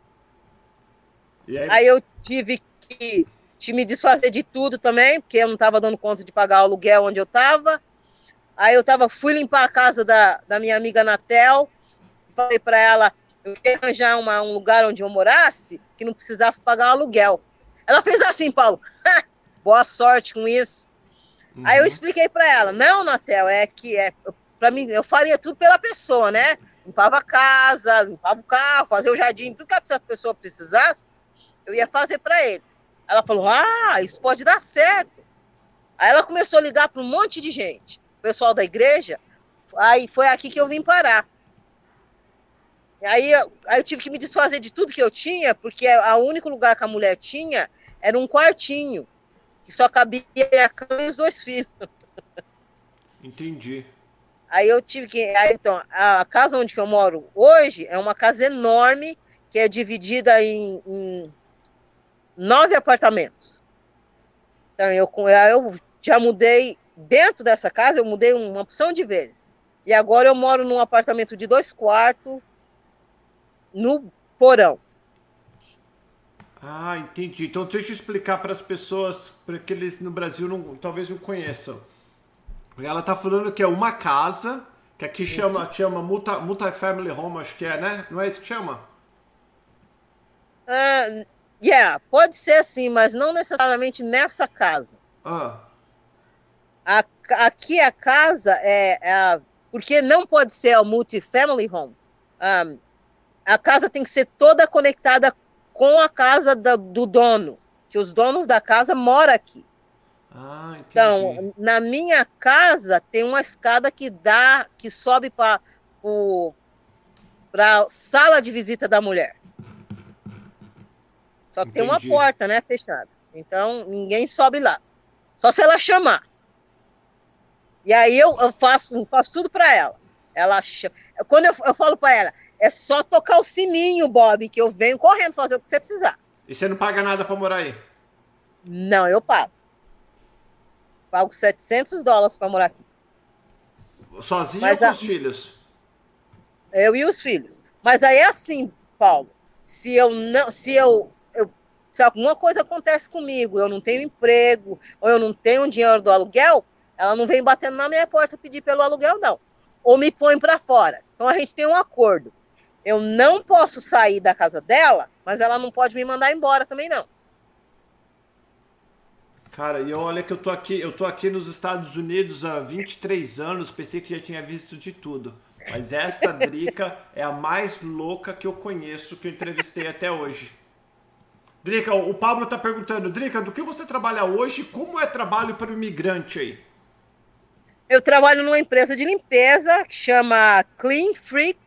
Aí eu tive que me desfazer de tudo também, porque eu não estava dando conta de pagar o aluguel onde eu estava. Aí fui limpar a casa da minha amiga Natel, falei para ela, eu queria arranjar um lugar onde eu morasse, que não precisava pagar o aluguel. Ela fez assim, Paulo, boa sorte com isso. Aí eu expliquei para ela, não, Natel, para mim, eu faria tudo pela pessoa, né? Limpava a casa, limpava o carro, fazia o jardim, tudo que a pessoa precisasse, eu ia fazer para eles. Ela falou, isso pode dar certo. Aí ela começou a ligar para um monte de gente, o pessoal da igreja, aí foi aqui que eu vim parar. Aí eu tive que me desfazer de tudo que eu tinha, porque o único lugar que a mulher tinha era um quartinho, que só cabia a cama e os 2 filhos. Entendi. Aí eu tive que... então, a casa onde que eu moro hoje é uma casa enorme, que é dividida em 9 apartamentos. Então, eu já mudei dentro dessa casa, eu mudei uma opção de vezes. E agora eu moro num apartamento de 2 quartos, no porão. Entendi. Então, deixa eu explicar para as pessoas, para que eles no Brasil talvez não conheçam. Ela tá falando que é uma casa, que aqui chama multi-family home, acho que é, né? Não é isso que chama? Pode ser assim, mas não necessariamente nessa casa. Aqui a casa porque não pode ser o multi-family home. A casa tem que ser toda conectada com a casa do dono, que os donos da casa moram aqui. Entendi. Então, na minha casa tem uma escada que sobe para a sala de visita da mulher. Só que tem uma porta, né, fechada. Então, ninguém sobe lá. Só se ela chamar. E aí eu faço tudo para ela. Quando eu falo para ela, é só tocar o sininho, Bob, que eu venho correndo fazer o que você precisar. E você não paga nada para morar aí? Não, eu pago. Pago $700 para morar aqui. Sozinho ou com os filhos? Eu e os filhos. Mas aí é assim, Paulo. Se alguma coisa acontece comigo, eu não tenho emprego, ou eu não tenho dinheiro do aluguel, ela não vem batendo na minha porta pedir pelo aluguel, não. Ou me põe para fora. Então a gente tem um acordo. Eu não posso sair da casa dela, mas ela não pode me mandar embora também, não. Cara, e olha que eu tô aqui nos Estados Unidos há 23 anos, pensei que já tinha visto de tudo. Mas esta Drica é a mais louca que eu conheço, que eu entrevistei até hoje. Drica, o Pablo tá perguntando, Drica, do que você trabalha hoje? Como é trabalho para o imigrante aí? Eu trabalho numa empresa de limpeza que chama Clean Freak.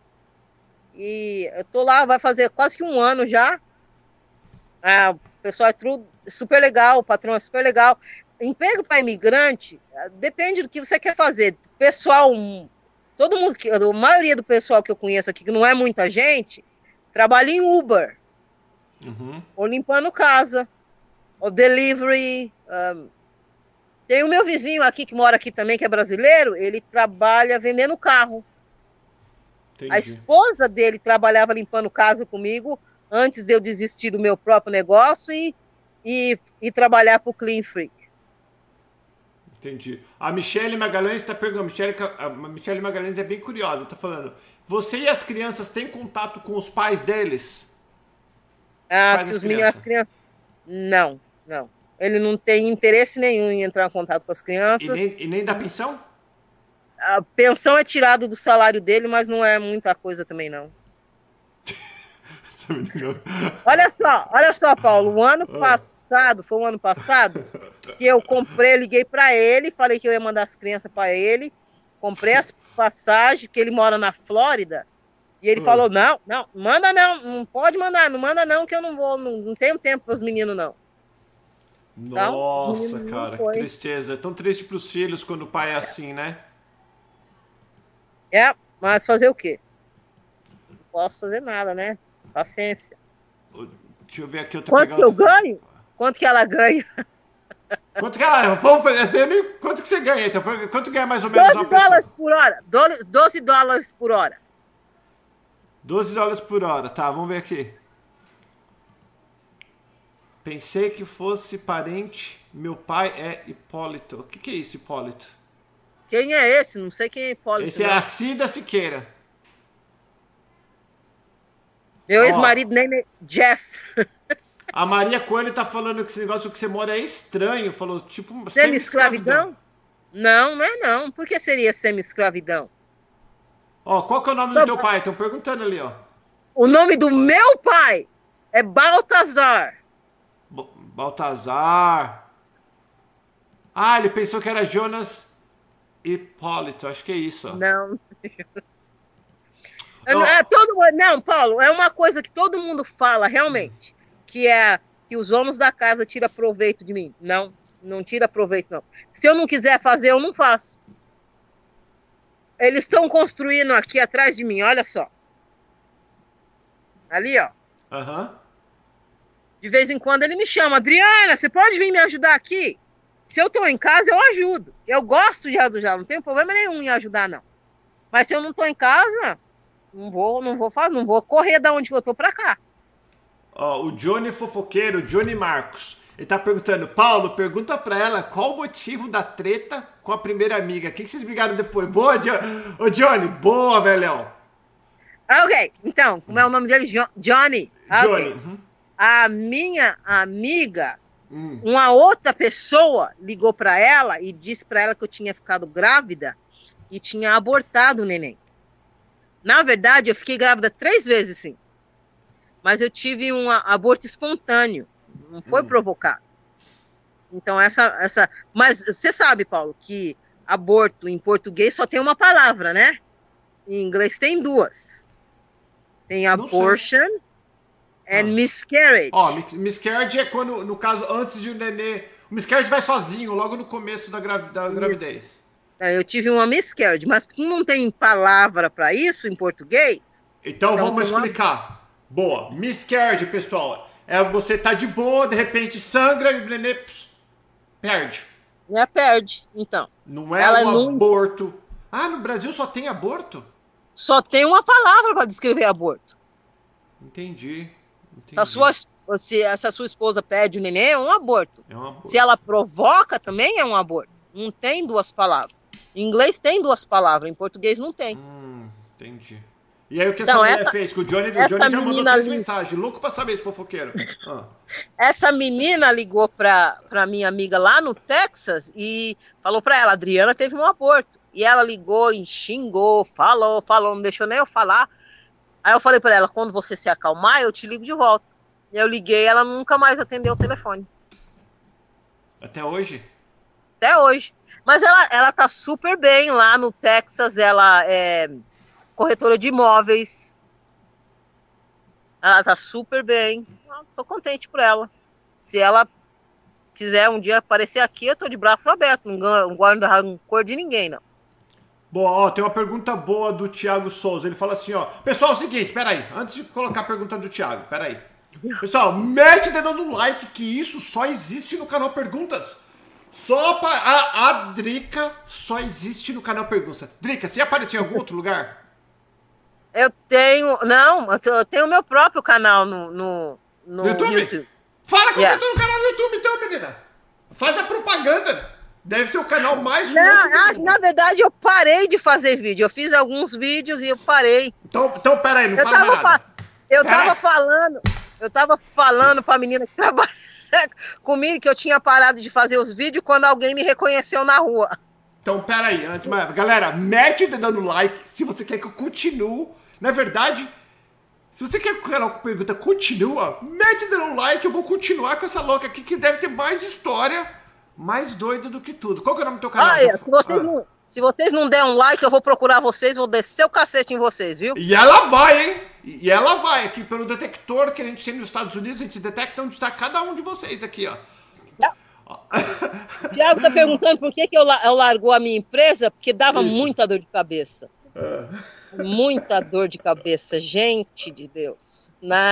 E eu tô lá, vai fazer quase que um ano já. O pessoal é tudo super legal, o patrão é super legal. Emprego para imigrante, depende do que você quer fazer. Pessoal, todo mundo, a maioria do pessoal que eu conheço aqui, que não é muita gente, trabalha em Uber. Ou limpando casa, ou delivery. Tem o meu vizinho aqui, que mora aqui também, que é brasileiro, ele trabalha vendendo carro. Entendi. A esposa dele trabalhava limpando casa comigo, antes de eu desistir do meu próprio negócio e trabalhar para o Clean Freak. Entendi. A Michele Magalhães está perguntando, a Michele Magalhães é bem curiosa, está falando, você e as crianças têm contato com os pais deles? Se os meninos, as crianças... Não. Ele não tem interesse nenhum em entrar em contato com as crianças. E nem da pensão? A pensão é tirada do salário dele, mas não é muita coisa também, não. Olha só, Paulo, o ano passado, que eu liguei para ele, falei que eu ia mandar as crianças para ele, comprei as passagens, que ele mora na Flórida, e ele falou, não, manda não pode mandar, não manda não, que eu não vou, não tenho tempo para os meninos, não. Nossa, então, cara, que tristeza. É tão triste para os filhos quando o pai é assim, né? Mas fazer o quê? Não posso fazer nada, né? Paciência. Deixa eu ver aqui. Quanto que eu ganho? Quanto que ela ganha? Quanto que ela... Quanto que você ganha, então? Quanto ganha mais ou menos uma pessoa? $12 por hora. $12 por hora. $12 por hora. Tá, vamos ver aqui. Pensei que fosse parente. Meu pai é Hipólito. O que é isso, Hipólito? Quem é esse? Não sei quem é Hipólito. Esse é a Cida Siqueira. Meu ex-marido nem é Jeff. A Maria Coelho tá falando que esse negócio que você mora é estranho. Falou, tipo, semi-escravidão? Não é não. Por que seria semi-escravidão? Qual que é o nome do teu pai? Estão perguntando ali, ó. O nome do meu pai é Baltazar. Baltazar. Ele pensou que era Jonas Hipólito. Acho que é isso, ó. Não. Não, Paulo, é uma coisa que todo mundo fala realmente, que é que os donos da casa tiram proveito de mim. Não tira proveito, não. Se eu não quiser fazer, eu não faço. Eles estão construindo aqui atrás de mim, olha só. Ali, ó. De vez em quando ele me chama, Adriana, você pode vir me ajudar aqui? Se eu estou em casa, eu ajudo. Eu gosto de ajudar, não tenho problema nenhum em ajudar, não. Mas se eu não estou em casa... Não vou correr da onde eu tô pra cá. O Johnny Fofoqueiro, Johnny Marcos, ele tá perguntando, Paulo, pergunta pra ela qual o motivo da treta com a primeira amiga. O que vocês brigaram depois? Boa, Johnny, boa, velhão. Ok, então, como é o nome dele? Johnny. Johnny. Okay. A minha amiga, uma outra pessoa ligou pra ela e disse pra ela que eu tinha ficado grávida e tinha abortado o neném. Na verdade, eu fiquei grávida 3 vezes, sim. Mas eu tive um aborto espontâneo. Não foi provocado. Então, Mas você sabe, Paulo, que aborto em português só tem uma palavra, né? Em inglês tem 2. Tem abortion and miscarriage. Miscarriage é quando, no caso, antes de o nenê... O miscarriage vai sozinho, logo no começo da gravidez. Eu tive uma miscarriage, mas não tem palavra para isso em português. Então vamos explicar. Boa. Miscarriage, pessoal. É você tá de boa, de repente sangra e o nenê perde. Perde, então. Não é aborto. No Brasil só tem aborto? Só tem uma palavra para descrever aborto. Entendi. Se essa sua esposa perde o neném, é um aborto. Se ela provoca, também é um aborto. Não tem 2 palavras. Em inglês tem 2 palavras, em português não tem. Entendi. E aí o que essa mulher fez? Que o Johnny já mandou 3 mensagens. Louco pra saber esse fofoqueiro. Essa menina ligou pra minha amiga lá no Texas e falou pra ela, Adriana teve um aborto. E ela ligou e xingou, falou, não deixou nem eu falar. Aí eu falei pra ela, quando você se acalmar, eu te ligo de volta. Eu liguei, ela nunca mais atendeu o telefone. Até hoje? Até hoje. Mas ela tá super bem lá no Texas, ela é corretora de imóveis. Ela tá super bem. Tô contente por ela. Se ela quiser um dia aparecer aqui, eu tô de braços abertos. Não guardo rancor de ninguém, não. Bom, ó, tem uma pergunta boa do Thiago Souza. Ele fala assim, ó. Pessoal, é o seguinte, peraí. Antes de colocar a pergunta do Thiago, peraí. Pessoal, mete o dedo no like, que isso só existe no canal Perguntas. Só para a Drica só existe no canal Perguntas. Drica, você apareceu em algum outro lugar? Eu tenho... Não, eu tenho o meu próprio canal no YouTube. Fala que eu tô no canal do YouTube, então, menina. Faz a propaganda. Deve ser o canal mais... Não, na verdade, eu parei de fazer vídeo. Eu fiz alguns vídeos e eu parei. Então pera aí, não fala mais nada. Eu tava falando pra menina que trabalha comigo que eu tinha parado de fazer os vídeos quando alguém me reconheceu na rua. Então, pera aí. Galera, mete o dedo no like se você quer que eu continue. Na verdade, se você quer que o canal Pergunta continua, mete o dedo no like, eu vou continuar com essa louca aqui que deve ter mais história, mais doida do que tudo. Qual que é o nome do teu canal? Se vocês não der um like, eu vou procurar vocês, vou descer o cacete em vocês, viu? E ela vai, hein? E ela vai aqui pelo detector que a gente tem nos Estados Unidos, a gente detecta onde está cada um de vocês aqui, ó. O Thiago tá perguntando por que eu largou a minha empresa, porque dava muita dor de cabeça. Muita dor de cabeça, gente de Deus.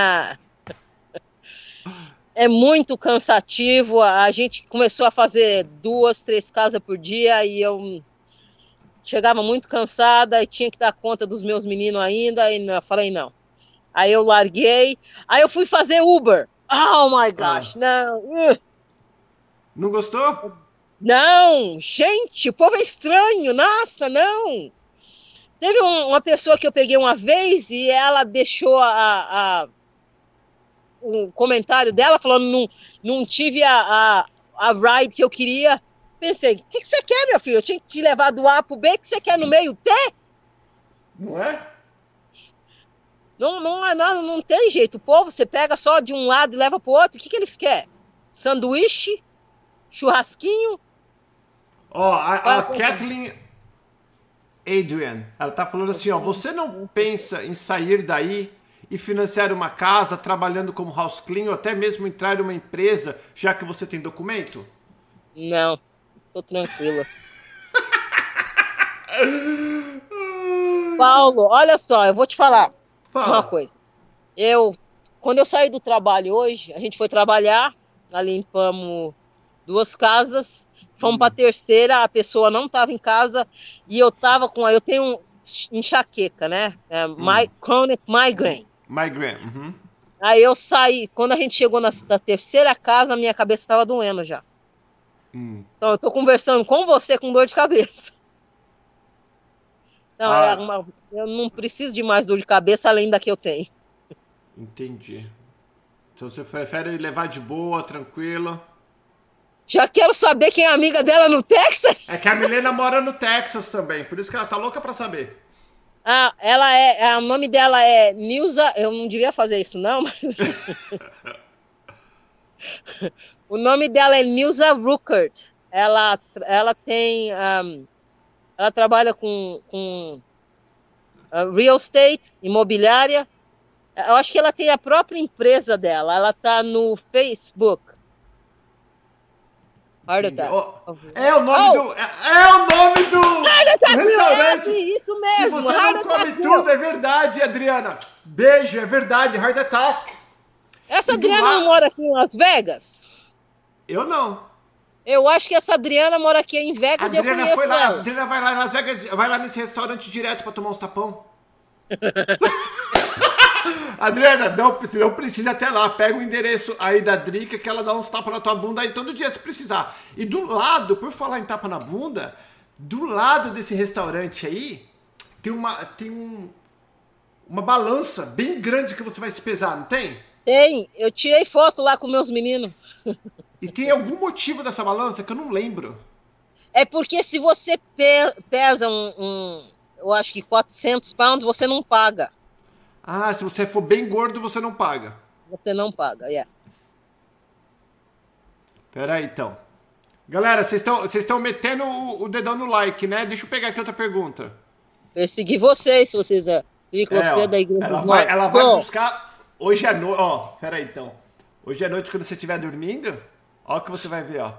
É muito cansativo. A gente começou a fazer 2, 3 casas por dia e eu chegava muito cansada e tinha que dar conta dos meus meninos ainda. E eu falei, não. Aí eu larguei. Aí eu fui fazer Uber. Oh, my gosh, não. Não gostou? Não, gente, o povo é estranho. Nossa, não. Teve uma pessoa que eu peguei uma vez e ela deixou um comentário dela falando não tive a ride que eu queria. Pensei, o que você quer, meu filho? Eu tinha que te levar do A pro B, o que você quer no meio T? Não é? Não tem jeito. O povo, você pega só de um lado e leva pro outro. O que eles querem? Sanduíche? Churrasquinho? Ó, a Kathleen Adrian, ela tá falando assim, ó, você não pensa em sair daí e financiar uma casa trabalhando como house clean ou até mesmo entrar em uma empresa, já que você tem documento? Não, tô tranquila. Paulo, olha só, eu vou te falar uma coisa. Quando eu saí do trabalho hoje, a gente foi trabalhar, limpamos 2 casas, fomos para a terceira, a pessoa não estava em casa e eu tenho enxaqueca, né? Chronic migraine. Migraine. Aí eu saí, quando a gente chegou na terceira casa, a minha cabeça estava doendo já. Então eu tô conversando com você com dor de cabeça. Então, eu não preciso de mais dor de cabeça além da que eu tenho. Entendi. Então você prefere levar de boa, tranquilo? Já quero saber quem é amiga dela no Texas. É que a Milena mora no Texas também, por isso que ela tá louca pra saber. O nome dela é Nilza, eu não devia fazer isso não, mas... O nome dela é Nilza Ruckert. Ela tem... ela trabalha com real estate, imobiliária. Eu acho que ela tem a própria empresa dela. Ela tá no Facebook. Heart Attack. É o nome do restaurante. Isso mesmo. Se você não come tudo, é verdade, Adriana. Beijo, é verdade, Heart Attack. Essa Adriana não mora aqui em Las Vegas? Eu não. Eu acho que essa Adriana mora aqui em Vegas e eu conheço ela. A Adriana vai lá em Las Vegas, vai lá nesse restaurante direto pra tomar uns tapão. Adriana, não precisa até lá. Pega o endereço aí da Drica que ela dá uns tapas na tua bunda aí todo dia se precisar. E do lado, por falar em tapa na bunda, do lado desse restaurante aí, tem uma balança bem grande que você vai se pesar, não tem? Tem. Eu tirei foto lá com meus meninos. E tem algum motivo dessa balança que eu não lembro? É porque se você pesa eu acho que 400 pounds, você não paga. Ah, se você for bem gordo, você não paga. Você não paga, Pera aí, então. Galera, vocês estão metendo o dedão no like, né? Deixa eu pegar aqui outra pergunta. Persegui vocês, se vocês... você é da igreja ela vai buscar... Hoje à noite... Ó, pera aí, então. Hoje à noite, quando você estiver dormindo, ó o que você vai ver, ó.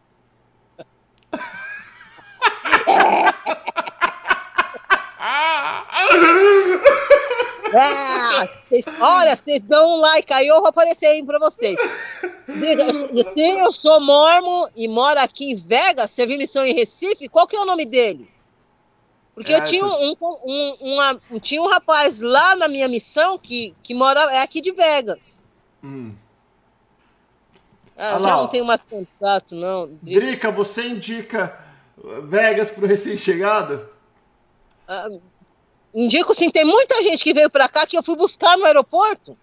Olha, vocês dão um like aí, eu vou aparecer aí pra vocês. Se eu sou mormon e moro aqui em Vegas, servindo missão em Recife, qual que é o nome dele? Porque eu tinha tinha um rapaz lá na minha missão que mora aqui de Vegas. Já não tenho mais contato, não. Drica, você indica Vegas pro recém-chegado? Indico sim, tem muita gente que veio pra cá que eu fui buscar no aeroporto.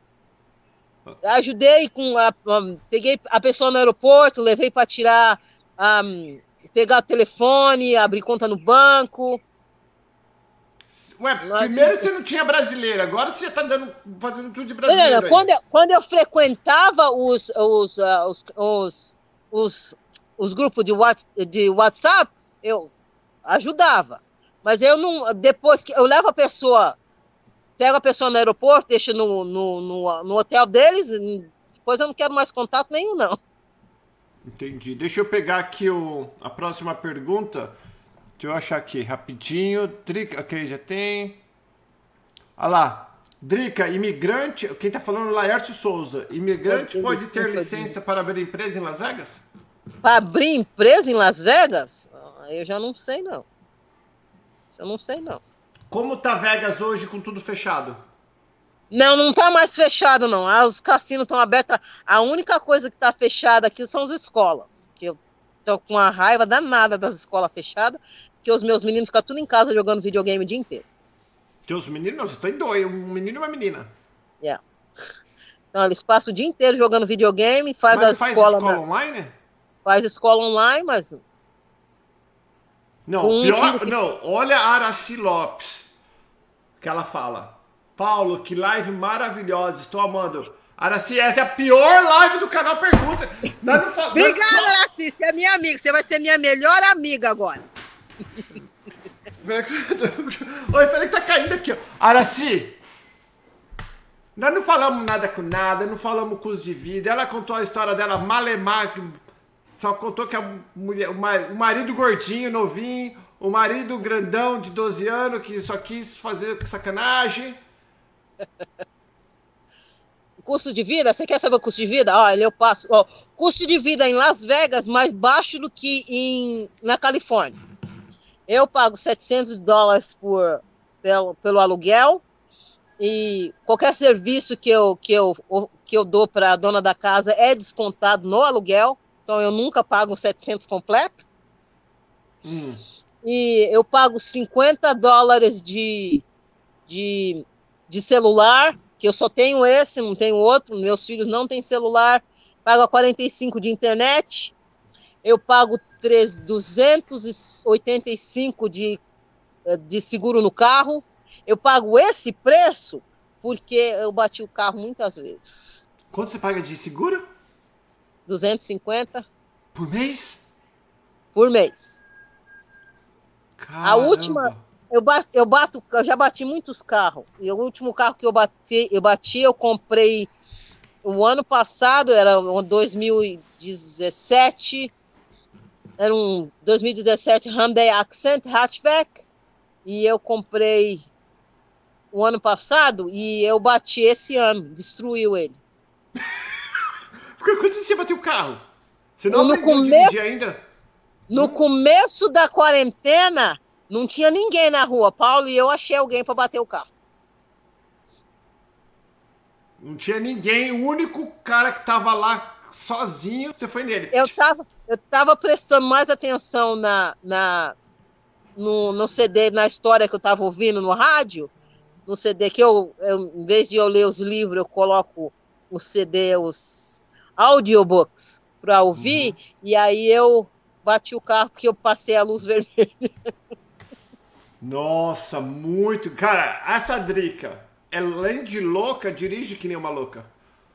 Ajudei peguei a pessoa no aeroporto, levei para tirar, pegar o telefone, abrir conta no banco. Ué, primeiro você não tinha brasileiro, agora você já tá fazendo tudo de brasileiro. Quando eu frequentava os grupos de WhatsApp, eu ajudava. Mas eu não, depois que eu levo a pessoa, pego a pessoa no aeroporto, deixo no hotel deles, depois eu não quero mais contato nenhum, não. Entendi. Deixa eu pegar aqui a próxima pergunta. Deixa eu achar aqui, rapidinho. Drica, ok, já tem. Olha lá. Drica, imigrante, quem tá falando é Laércio Souza. Imigrante pode ter licença para abrir empresa em Las Vegas? Para abrir empresa em Las Vegas? Eu já não sei, não. Isso eu não sei, não. Como tá Vegas hoje com tudo fechado? Não tá mais fechado, não. Os cassinos estão abertos. A única coisa que tá fechada aqui são as escolas. Que eu tô com uma raiva danada das escolas fechadas, porque os meus meninos ficam tudo em casa jogando videogame o dia inteiro. Teus meninos? Não, você tá em dois, um menino e uma menina. Então eles passam o dia inteiro jogando videogame, faz escola online? Faz escola online, mas... Não, não, olha a Araci Lopes, que ela fala. Paulo, que live maravilhosa, estou amando. Araci, essa é a pior live do canal Pergunta. Obrigada, Araci, você é minha amiga, você vai ser minha melhor amiga agora. Oi, peraí que tá caindo aqui, ó. Araci, nós não falamos nada com nada, não falamos com os de vida. Ela contou a história dela malemar, só contou que o marido gordinho, novinho, o marido grandão de 12 anos que só quis fazer sacanagem. Custo de vida? Você quer saber o custo de vida? Olha, eu passo. Custo de vida em Las Vegas mais baixo do que na Califórnia. Eu pago $700 pelo aluguel e qualquer serviço que eu dou para a dona da casa é descontado no aluguel. Então, eu nunca pago 700 completo. E eu pago $50 de celular, que eu só tenho esse, não tenho outro. Meus filhos não têm celular. Pago 45 de internet. Eu pago 285 de seguro no carro. Eu pago esse preço porque eu bati o carro muitas vezes. Quanto você paga de seguro? 250. Por mês? Por mês. Caramba. A última, eu já bati muitos carros. E o último carro que eu comprei o ano passado, era um 2017. Era um 2017 Hyundai Accent hatchback. E eu comprei o ano passado e eu bati esse ano, destruiu ele. Quando você bateu o carro? Você não aprendeu a dirigir ainda? No começo da quarentena, não tinha ninguém na rua, Paulo, e eu achei alguém para bater o carro. Não tinha ninguém, o único cara que tava lá sozinho, você foi nele. Eu tava prestando mais atenção no CD, na história que eu tava ouvindo no rádio, no CD que em vez de eu ler os livros, eu coloco o CD, os audiobooks para ouvir, e aí eu bati o carro porque eu passei a luz vermelha. Nossa, muito. Cara, essa Drica, além de louca, dirige que nem uma louca.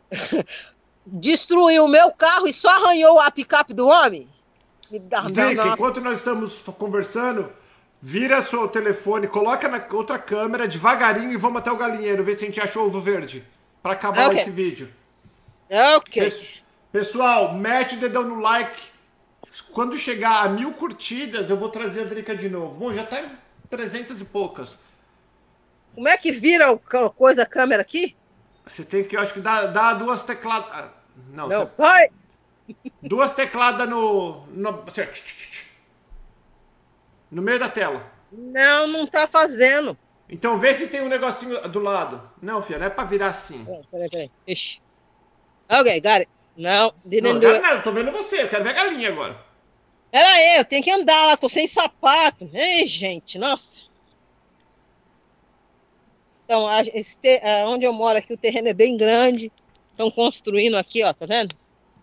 destruiu o meu carro e só arranhou a picape do homem. Drica, enquanto nós estamos conversando, vira seu telefone, coloca na outra câmera devagarinho e vamos até o galinheiro, ver se a gente achou ovo verde. Pra acabar esse vídeo. Ok. Pessoal, mete o dedão no like. Quando chegar a 1000 curtidas, eu vou trazer a Drica de novo. Bom, já tá em 300 e poucas. Como é que vira a câmera aqui? Você tem que, eu acho que dá 2 tecladas. Não, sai! 2 tecladas no meio da tela. Não tá fazendo. Então vê se tem um negocinho do lado. Não, filha, não é pra virar assim. Peraí. Ixi. Ok, got it. Não, não, tô vendo você, eu quero ver a galinha agora. Pera aí, eu tenho que andar lá, tô sem sapato. Ei, gente, nossa. Então, onde eu moro aqui, o terreno é bem grande. Estão construindo aqui, ó, tá vendo?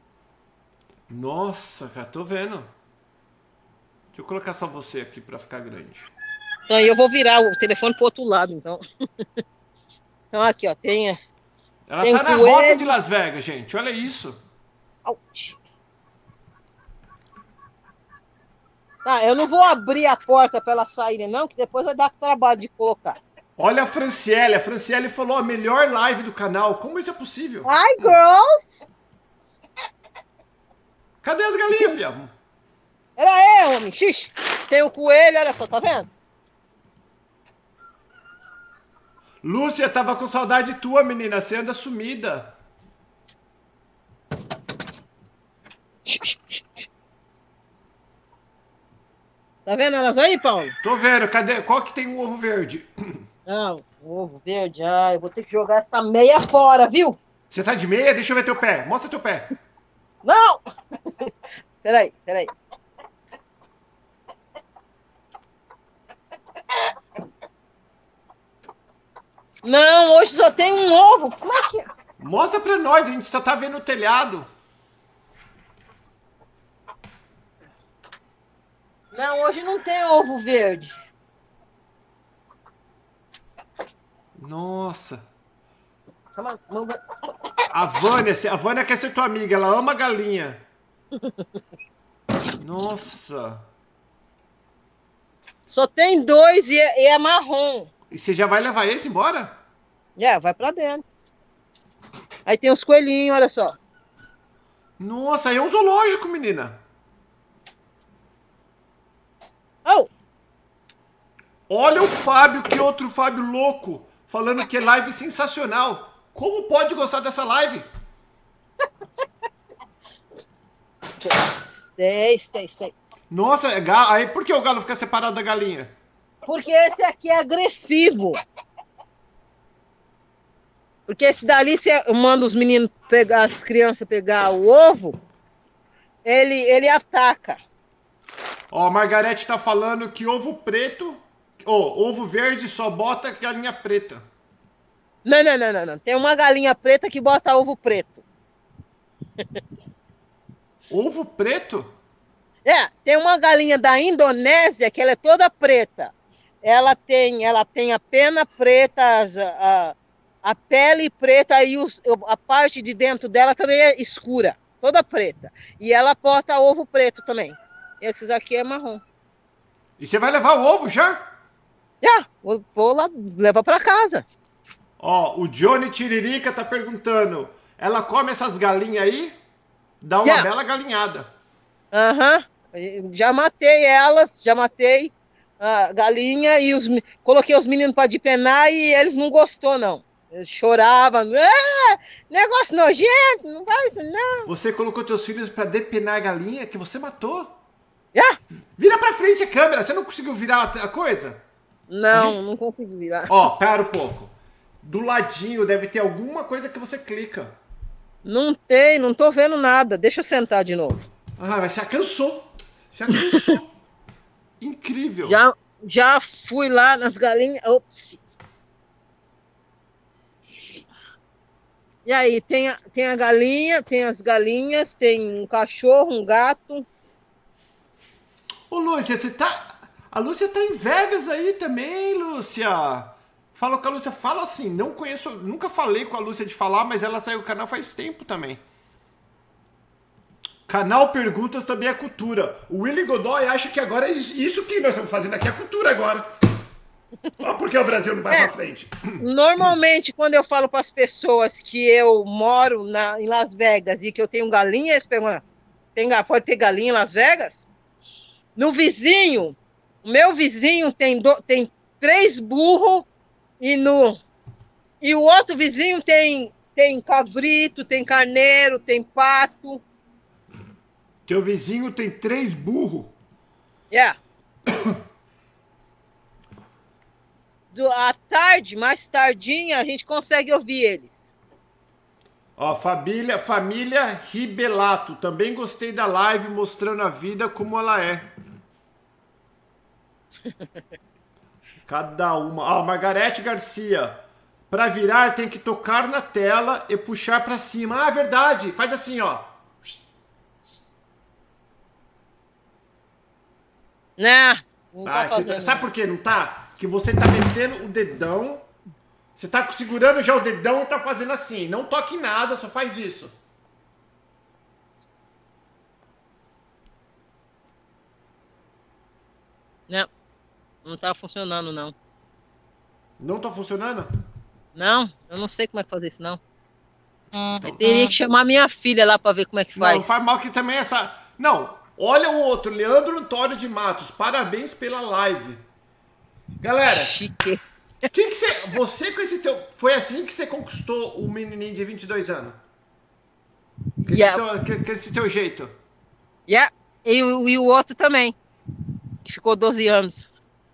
Nossa, cara, tô vendo. Deixa eu colocar só você aqui pra ficar grande. Então, aí eu vou virar o telefone pro outro lado, então. Então, aqui, ó, tem... Ela tá na roça de Las Vegas, gente, olha isso. Ouch. Tá, eu não vou abrir a porta pra ela sair, não, que depois vai dar trabalho de colocar. Olha a Franciele falou a melhor live do canal. Como isso é possível? Hi, girls! Cadê as galinhas, viado? Era eu, homem. Xixi. Tem o coelho, olha só, tá vendo? Lúcia, tava com saudade tua, menina. Você anda sumida. Tá vendo elas aí, Paulo? Tô vendo. Cadê? Qual que tem um ovo verde? Não, ovo verde. Eu vou ter que jogar essa meia fora, viu? Você tá de meia? Deixa eu ver teu pé. Mostra teu pé. Não! Peraí. Não, hoje só tem um ovo. Como é que é? Mostra pra nós, a gente só tá vendo o telhado. Não, hoje não tem ovo verde. Nossa. A Vânia quer ser tua amiga, ela ama galinha. Nossa. Só tem 2 e é marrom. E você já vai levar esse embora? Vai pra dentro. Aí tem os coelhinhos, olha só. Nossa, aí é um zoológico, menina. Oh. Olha o Fábio, que outro Fábio louco, falando que é live sensacional. Como pode gostar dessa live? Stay. Nossa, aí por que o galo fica separado da galinha? Porque esse aqui é agressivo. Porque esse dali, você manda os meninos pegar, as crianças pegar o ovo, ele ataca. Ó, a Margarete tá falando que ovo preto, ovo verde só bota galinha preta. Não. Tem uma galinha preta que bota ovo preto. Ovo preto? Tem uma galinha da Indonésia que ela é toda preta. Ela tem a pena preta, a pele preta e a parte de dentro dela também é escura, toda preta. E ela bota ovo preto também. Esses aqui é marrom. E você vai levar o ovo já? Vou lá, leva pra casa. Ó, o Johnny Tiririca tá perguntando, ela come essas galinhas aí? Dá uma bela galinhada. Já matei elas, a galinha e coloquei os meninos para depenar e eles não gostou, não. Eles choravam. Negócio nojento, não faz isso, não. Você colocou teus filhos para depenar a galinha que você matou? Vira pra frente a câmera, você não conseguiu virar a coisa? Não consegui virar. Ó, pera um pouco. Do ladinho deve ter alguma coisa que você clica. Não tem, não tô vendo nada. Deixa eu sentar de novo. Mas já cansou. Incrível. Já fui lá nas galinhas. Ops. E aí, tem a galinha, tem as galinhas, tem um cachorro, um gato. Ô, Lúcia, a Lúcia tá em Vegas aí também, Lúcia. Fala com a Lúcia, fala assim, não conheço, nunca falei com a Lúcia de falar, mas ela saiu do canal faz tempo também. Canal Perguntas também é cultura. O Willy Godoy acha que agora é isso que nós estamos fazendo aqui é cultura agora. Olha porque o Brasil não vai pra frente. Normalmente, quando eu falo para as pessoas que eu moro em Las Vegas e que eu tenho galinha, eles perguntam, pode ter galinha em Las Vegas? No vizinho, o meu vizinho tem 3 burros e o outro vizinho tem cabrito, tem carneiro, tem pato. Teu vizinho tem 3 burros. Yeah. À tarde, mais tardinha, a gente consegue ouvir eles. Ó, família Ribelato. Também gostei da live mostrando a vida como ela é. Cada uma. Ó, Margarete Garcia. Pra virar tem que tocar na tela e puxar pra cima. Ah, verdade. Faz assim, ó. Não Ah, tá fazendo. sabe por que não tá? Que você tá metendo o dedão, você tá segurando já o dedão e tá fazendo assim. Não toque em nada, só faz isso. Não tá funcionando, não. Não tá funcionando? Não, eu não sei como é que fazer isso, não. Eu teria que chamar minha filha lá pra ver como é que faz. Não faz mal que também essa... Não, olha o outro, Leandro Antônio de Matos. Parabéns pela live. Galera, Chique. que você com esse teu... Foi assim que você conquistou o menininho de 22 anos? Com esse teu jeito? Yeah. E o outro também, que ficou 12 anos.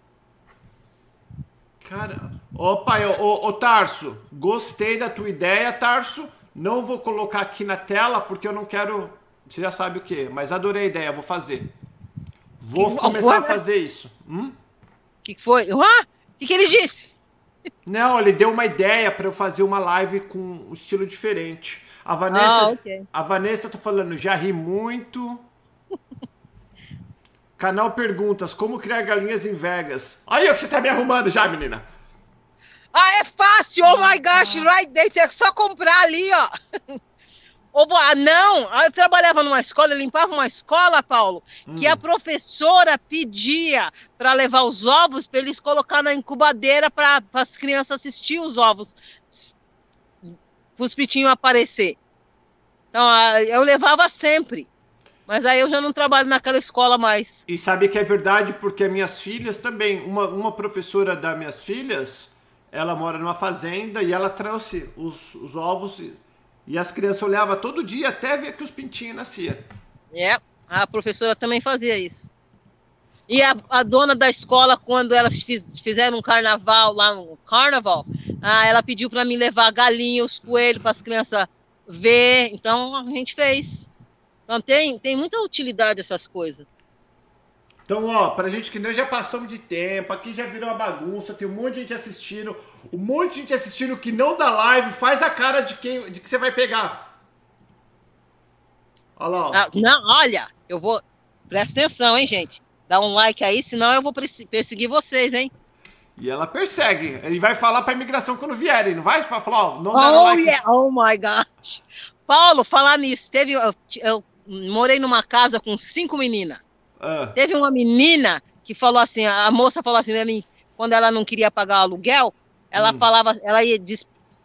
Cara, ô Tarso, gostei da tua ideia, Tarso. Não vou colocar aqui na tela porque eu não quero... Você já sabe o que, mas adorei a ideia, vou fazer. Vou começar a fazer isso. Que foi? O que ele disse? Não, ele deu uma ideia para eu fazer uma live com um estilo diferente. A Vanessa tá falando, já ri muito. Canal Perguntas, como criar galinhas em Vegas? Aí o que você tá me arrumando já, menina. É fácil, oh my gosh, right there, é só comprar ali, ó. Não, eu trabalhava numa escola, eu limpava uma escola, Paulo, que a professora pedia para levar os ovos para eles colocar na incubadeira para as crianças assistir os ovos, para os pitinhos aparecer. Então, eu levava sempre, mas aí eu já não trabalho naquela escola mais. E sabe que é verdade, porque minhas filhas também, uma professora das minhas filhas, ela mora numa fazenda e ela trouxe os ovos... E as crianças olhavam todo dia até ver que os pintinhos nasciam. A professora também fazia isso. E a dona da escola, quando elas fizeram um carnaval, lá no carnaval, ela pediu para mim levar galinha, os coelhos, para as crianças ver. Então, a gente fez. Então, tem muita utilidade essas coisas. Então, ó, pra gente que nós já passamos de tempo, aqui já virou uma bagunça, tem um monte de gente assistindo, que não dá live, faz a cara de que você vai pegar. Olha lá, ó. Não, olha, eu vou... Presta atenção, hein, gente. Dá um like aí, senão eu vou perseguir vocês, hein. E ela persegue. Ele vai falar pra imigração quando vierem, não vai? Falar, ó, não deram like. Yeah. Oh, my gosh. Paulo, falar nisso, eu morei numa casa com 5 meninas. Teve uma menina que falou assim, a moça falou assim pra mim, quando ela não queria pagar o aluguel, ela falava, ela ia dizer.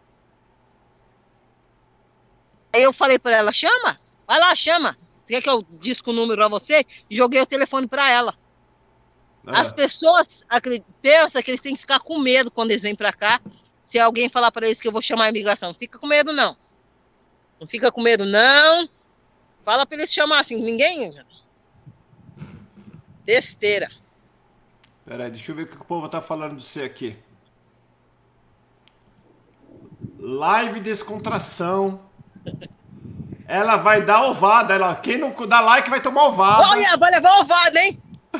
Aí eu falei pra ela, chama, vai lá, chama. Você quer que eu disque o número pra você? E joguei o telefone pra ela. As pessoas pensam que eles têm que ficar com medo quando eles vêm pra cá. Se alguém falar pra eles que eu vou chamar a imigração, não fica com medo, não. Não fica com medo, não. Fala pra eles chamar assim, ninguém... Besteira. Peraí, deixa eu ver o que o povo tá falando de você aqui. Live descontração. Ela vai dar ovada. Quem não dá like vai tomar ovada. Olha, vai levar ovada, hein?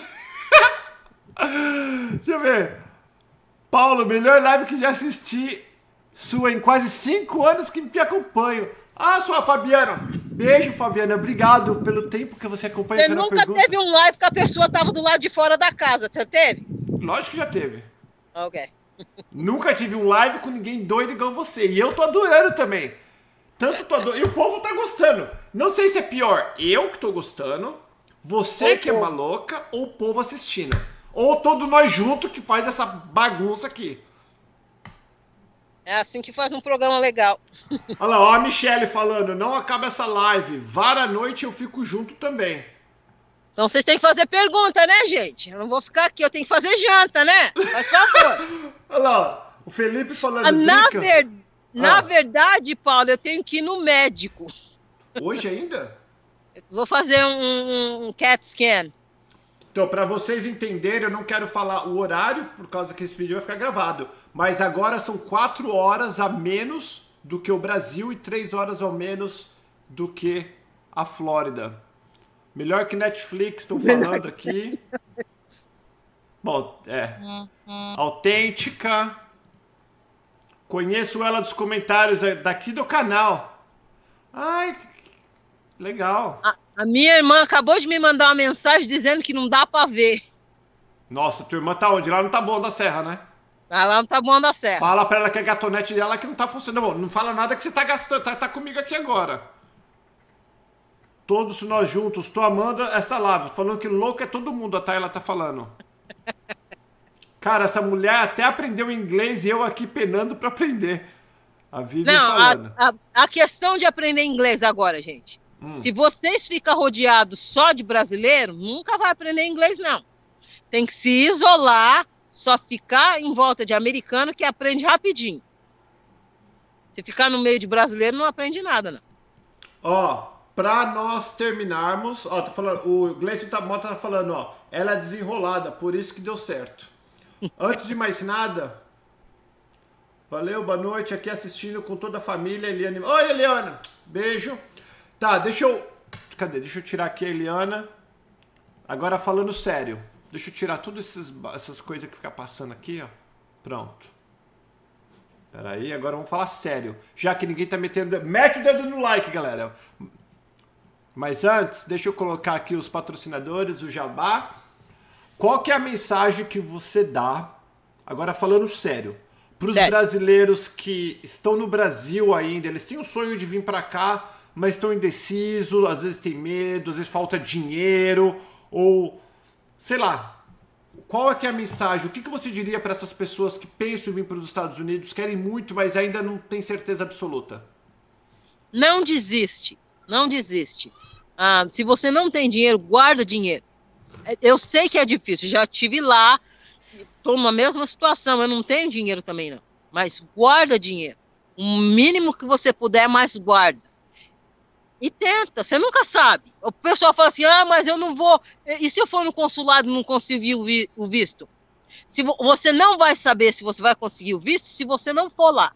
Deixa eu ver. Paulo, melhor live que já assisti sua em quase 5 anos que me acompanho. Sua Fabiana. Beijo, Fabiana. Obrigado pelo tempo que você acompanha. Você nunca teve um live que a pessoa tava do lado de fora da casa, você teve? Lógico que já teve. Ok. Nunca tive um live com ninguém doido igual você. E eu tô adorando também. Tanto tô adorando. E o povo tá gostando. Não sei se é pior eu que tô gostando, você que é uma louca, ou o povo assistindo. Ou todos nós juntos que faz essa bagunça aqui. É assim que faz um programa legal. Olha lá, ó a Michelle falando, não acaba essa live. Vara à noite eu fico junto também. Então vocês têm que fazer pergunta, né, gente? Eu não vou ficar aqui, eu tenho que fazer janta, né? Faz favor. Olha lá, o Felipe falando... Na verdade, Paulo, eu tenho que ir no médico. Hoje ainda? Vou fazer um CAT scan. Então, para vocês entenderem, eu não quero falar o horário, por causa que esse vídeo vai ficar gravado. Mas agora são 4 horas a menos do que o Brasil e 3 horas ao menos do que a Flórida. Melhor que Netflix, estão falando aqui. Bom, autêntica. Conheço ela dos comentários daqui do canal. Ai, legal. A minha irmã acabou de me mandar uma mensagem dizendo que não dá pra ver. Nossa, tua irmã tá onde? Lá não tá bom da serra, né? Lá não tá bom da serra. Fala pra ela que a gatonete dela que não tá funcionando. Não fala nada que você tá gastando, tá comigo aqui agora. Todos nós juntos, tô amando essa live. Falando que louco é todo mundo, a Tayla tá falando. Cara, essa mulher até aprendeu inglês e eu aqui penando pra aprender. A Vivian falando. A questão de aprender inglês agora, gente. Se vocês ficam rodeados só de brasileiro, nunca vai aprender inglês, não. Tem que se isolar, só ficar em volta de americano que aprende rapidinho. Se ficar no meio de brasileiro, não aprende nada, não. Ó, pra nós terminarmos, ó, tá falando, o Gleison Mota tá falando, ó, ela é desenrolada, por isso que deu certo. Antes de mais nada, valeu, boa noite, aqui assistindo com toda a família, Eliane. Oi, Eliana, beijo. Tá, deixa eu tirar aqui a Eliana. Agora falando sério, deixa eu tirar todas essas coisas que ficam passando aqui, ó. Pronto. Peraí, agora vamos falar sério. Já que ninguém tá metendo... Mete o dedo no like, galera. Mas antes, deixa eu colocar aqui os patrocinadores, o Jabá. Qual que é a mensagem que você dá, agora falando sério, para os brasileiros que estão no Brasil ainda, eles têm o sonho de vir para cá, mas estão indecisos, às vezes tem medo, às vezes falta dinheiro, ou sei lá. Qual é que é a mensagem? O que você diria para essas pessoas que pensam em vir para os Estados Unidos, querem muito, mas ainda não tem certeza absoluta? Não desiste, não desiste. Se você não tem dinheiro, guarda dinheiro. Eu sei que é difícil, já estive lá, estou na mesma situação, eu não tenho dinheiro também não, mas guarda dinheiro. O mínimo que você puder, mas guarda. E tenta, você nunca sabe. O pessoal fala assim, mas eu não vou... E se eu for no consulado e não conseguir o visto? Você não vai saber se você vai conseguir o visto se você não for lá.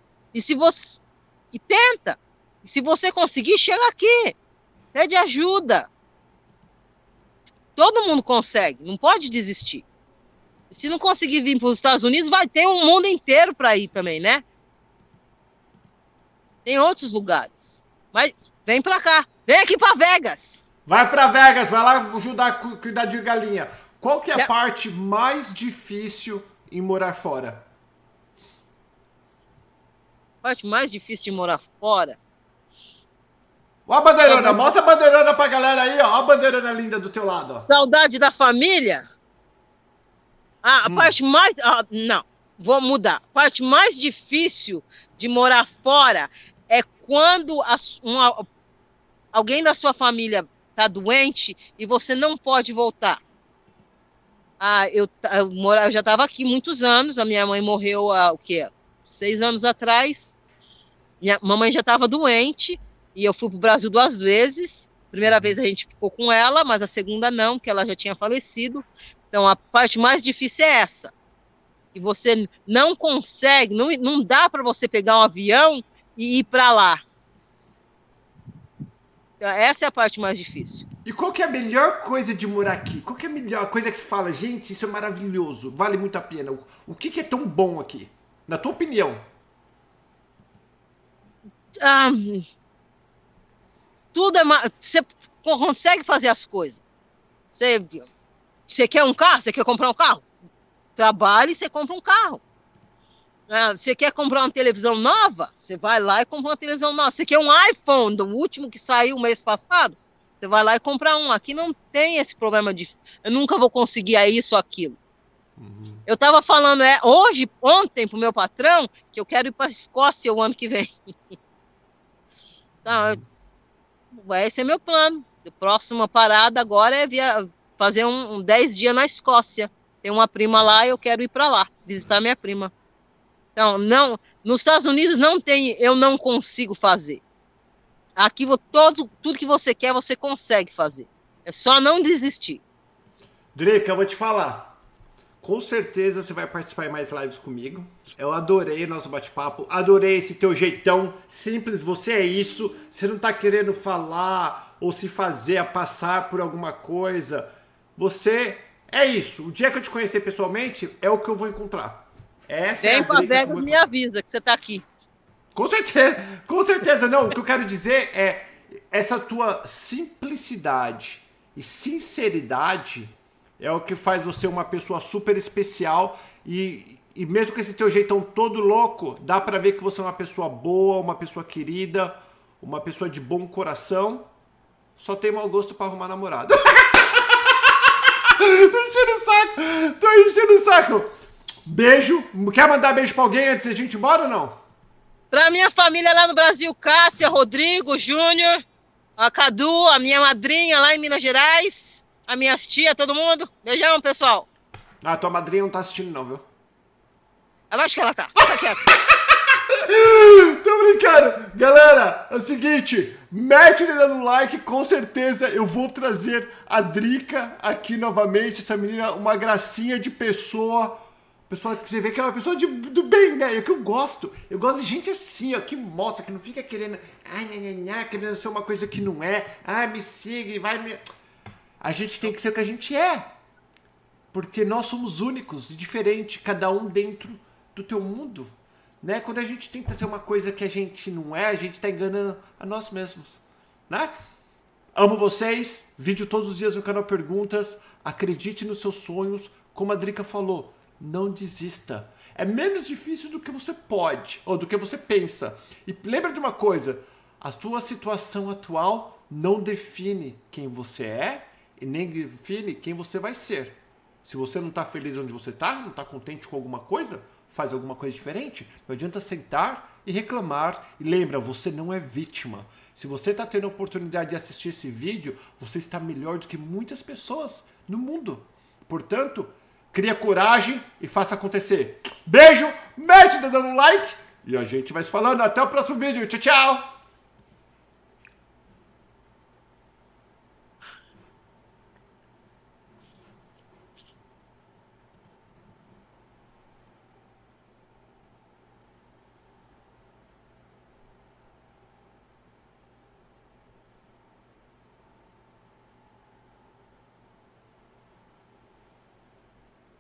E tenta. E se você conseguir, chega aqui. Pede ajuda. Todo mundo consegue, não pode desistir. E se não conseguir vir para os Estados Unidos, vai ter um mundo inteiro para ir também, né? Tem outros lugares. Mas vem para cá, vem aqui para Vegas. Vai para Vegas, vai lá ajudar a cuidar de galinha. Qual que é a parte mais difícil em morar fora? A parte mais difícil de morar fora? Ó a bandeirona, mostra a bandeirona pra galera aí, ó. Ó a bandeirona linda do teu lado, ó. Saudade da família? A parte mais... não, vou mudar. A parte mais difícil de morar fora é quando alguém da sua família tá doente e você não pode voltar. Eu já estava aqui muitos anos, a minha mãe morreu há, 6 anos atrás. Minha mamãe já estava doente. E eu fui para o Brasil 2 vezes. Primeira vez a gente ficou com ela, mas a segunda não, que ela já tinha falecido. Então a parte mais difícil é essa. Que você não consegue, não dá para você pegar um avião e ir para lá. Então, essa é a parte mais difícil. E qual que é a melhor coisa de morar aqui? Qual que é a melhor coisa que você fala, gente, isso é maravilhoso, vale muito a pena. O que é tão bom aqui? Na tua opinião? Tudo você consegue fazer as coisas. Você quer um carro? Você quer comprar um carro? Trabalhe e você compra um carro. Você quer comprar uma televisão nova? Você vai lá e compra uma televisão nova. Você quer um iPhone, do último que saiu mês passado? Você vai lá e compra um. Aqui não tem esse problema de eu nunca vou conseguir isso ou aquilo. Eu estava falando ontem pro meu patrão que eu quero ir para a Escócia o ano que vem. Então, esse é meu plano. A próxima parada agora é fazer 10 dias na Escócia. Tem uma prima lá e eu quero ir para lá, visitar minha prima. Então, nos Estados Unidos não tem, eu não consigo fazer. Aqui, tudo que você quer, você consegue fazer. É só não desistir. Drica, eu vou te falar. Com certeza você vai participar em mais lives comigo. Eu adorei o nosso bate-papo. Adorei esse teu jeitão simples. Você é isso. Você não tá querendo falar ou se fazer a passar por alguma coisa. Você é isso. O dia que eu te conhecer pessoalmente, é o que eu vou encontrar. Essa Vem pra Vegas, me avisa que você tá aqui. Com certeza. Com certeza. Não, o que eu quero dizer é essa tua simplicidade e sinceridade é o que faz você uma pessoa super especial e mesmo com esse teu jeitão todo louco, dá pra ver que você é uma pessoa boa, uma pessoa querida, uma pessoa de bom coração. Só tem mau gosto pra arrumar namorado. Tô enchendo o saco. Beijo. Quer mandar beijo pra alguém antes de a gente ir embora ou não? Pra minha família lá no Brasil, Cássia, Rodrigo, Júnior, a Cadu, a minha madrinha lá em Minas Gerais, as minhas tias, todo mundo. Beijão, pessoal. Tua madrinha não tá assistindo não, viu? É lógico que ela tá. Fica quieta. Tô brincando. Galera, é o seguinte, mete o dedo no like, com certeza eu vou trazer a Drica aqui novamente, essa menina, uma gracinha de pessoa que você vê que é uma pessoa do bem, né? É que eu gosto de gente assim, ó, que mostra, que não fica querendo, querendo ser uma coisa que não é, me siga e vai me... A gente tem que ser o que a gente é, porque nós somos únicos e diferentes, cada um dentro do teu mundo. Né? Quando a gente tenta ser uma coisa que a gente não é, a gente está enganando a nós mesmos, né? Amo vocês, vídeo todos os dias no canal Perguntas, acredite nos seus sonhos, como a Drica falou, não desista. É menos difícil do que você pode, ou do que você pensa. E lembra de uma coisa, a sua situação atual não define quem você é e nem define quem você vai ser. Se você não está feliz onde você está, não está contente com alguma coisa, faz alguma coisa diferente. Não adianta sentar e reclamar. E lembra, você não é vítima. Se você está tendo a oportunidade de assistir esse vídeo, você está melhor do que muitas pessoas no mundo. Portanto, cria coragem e faça acontecer. Beijo, mete o dedo no like e a gente vai se falando. Até o próximo vídeo. Tchau, tchau!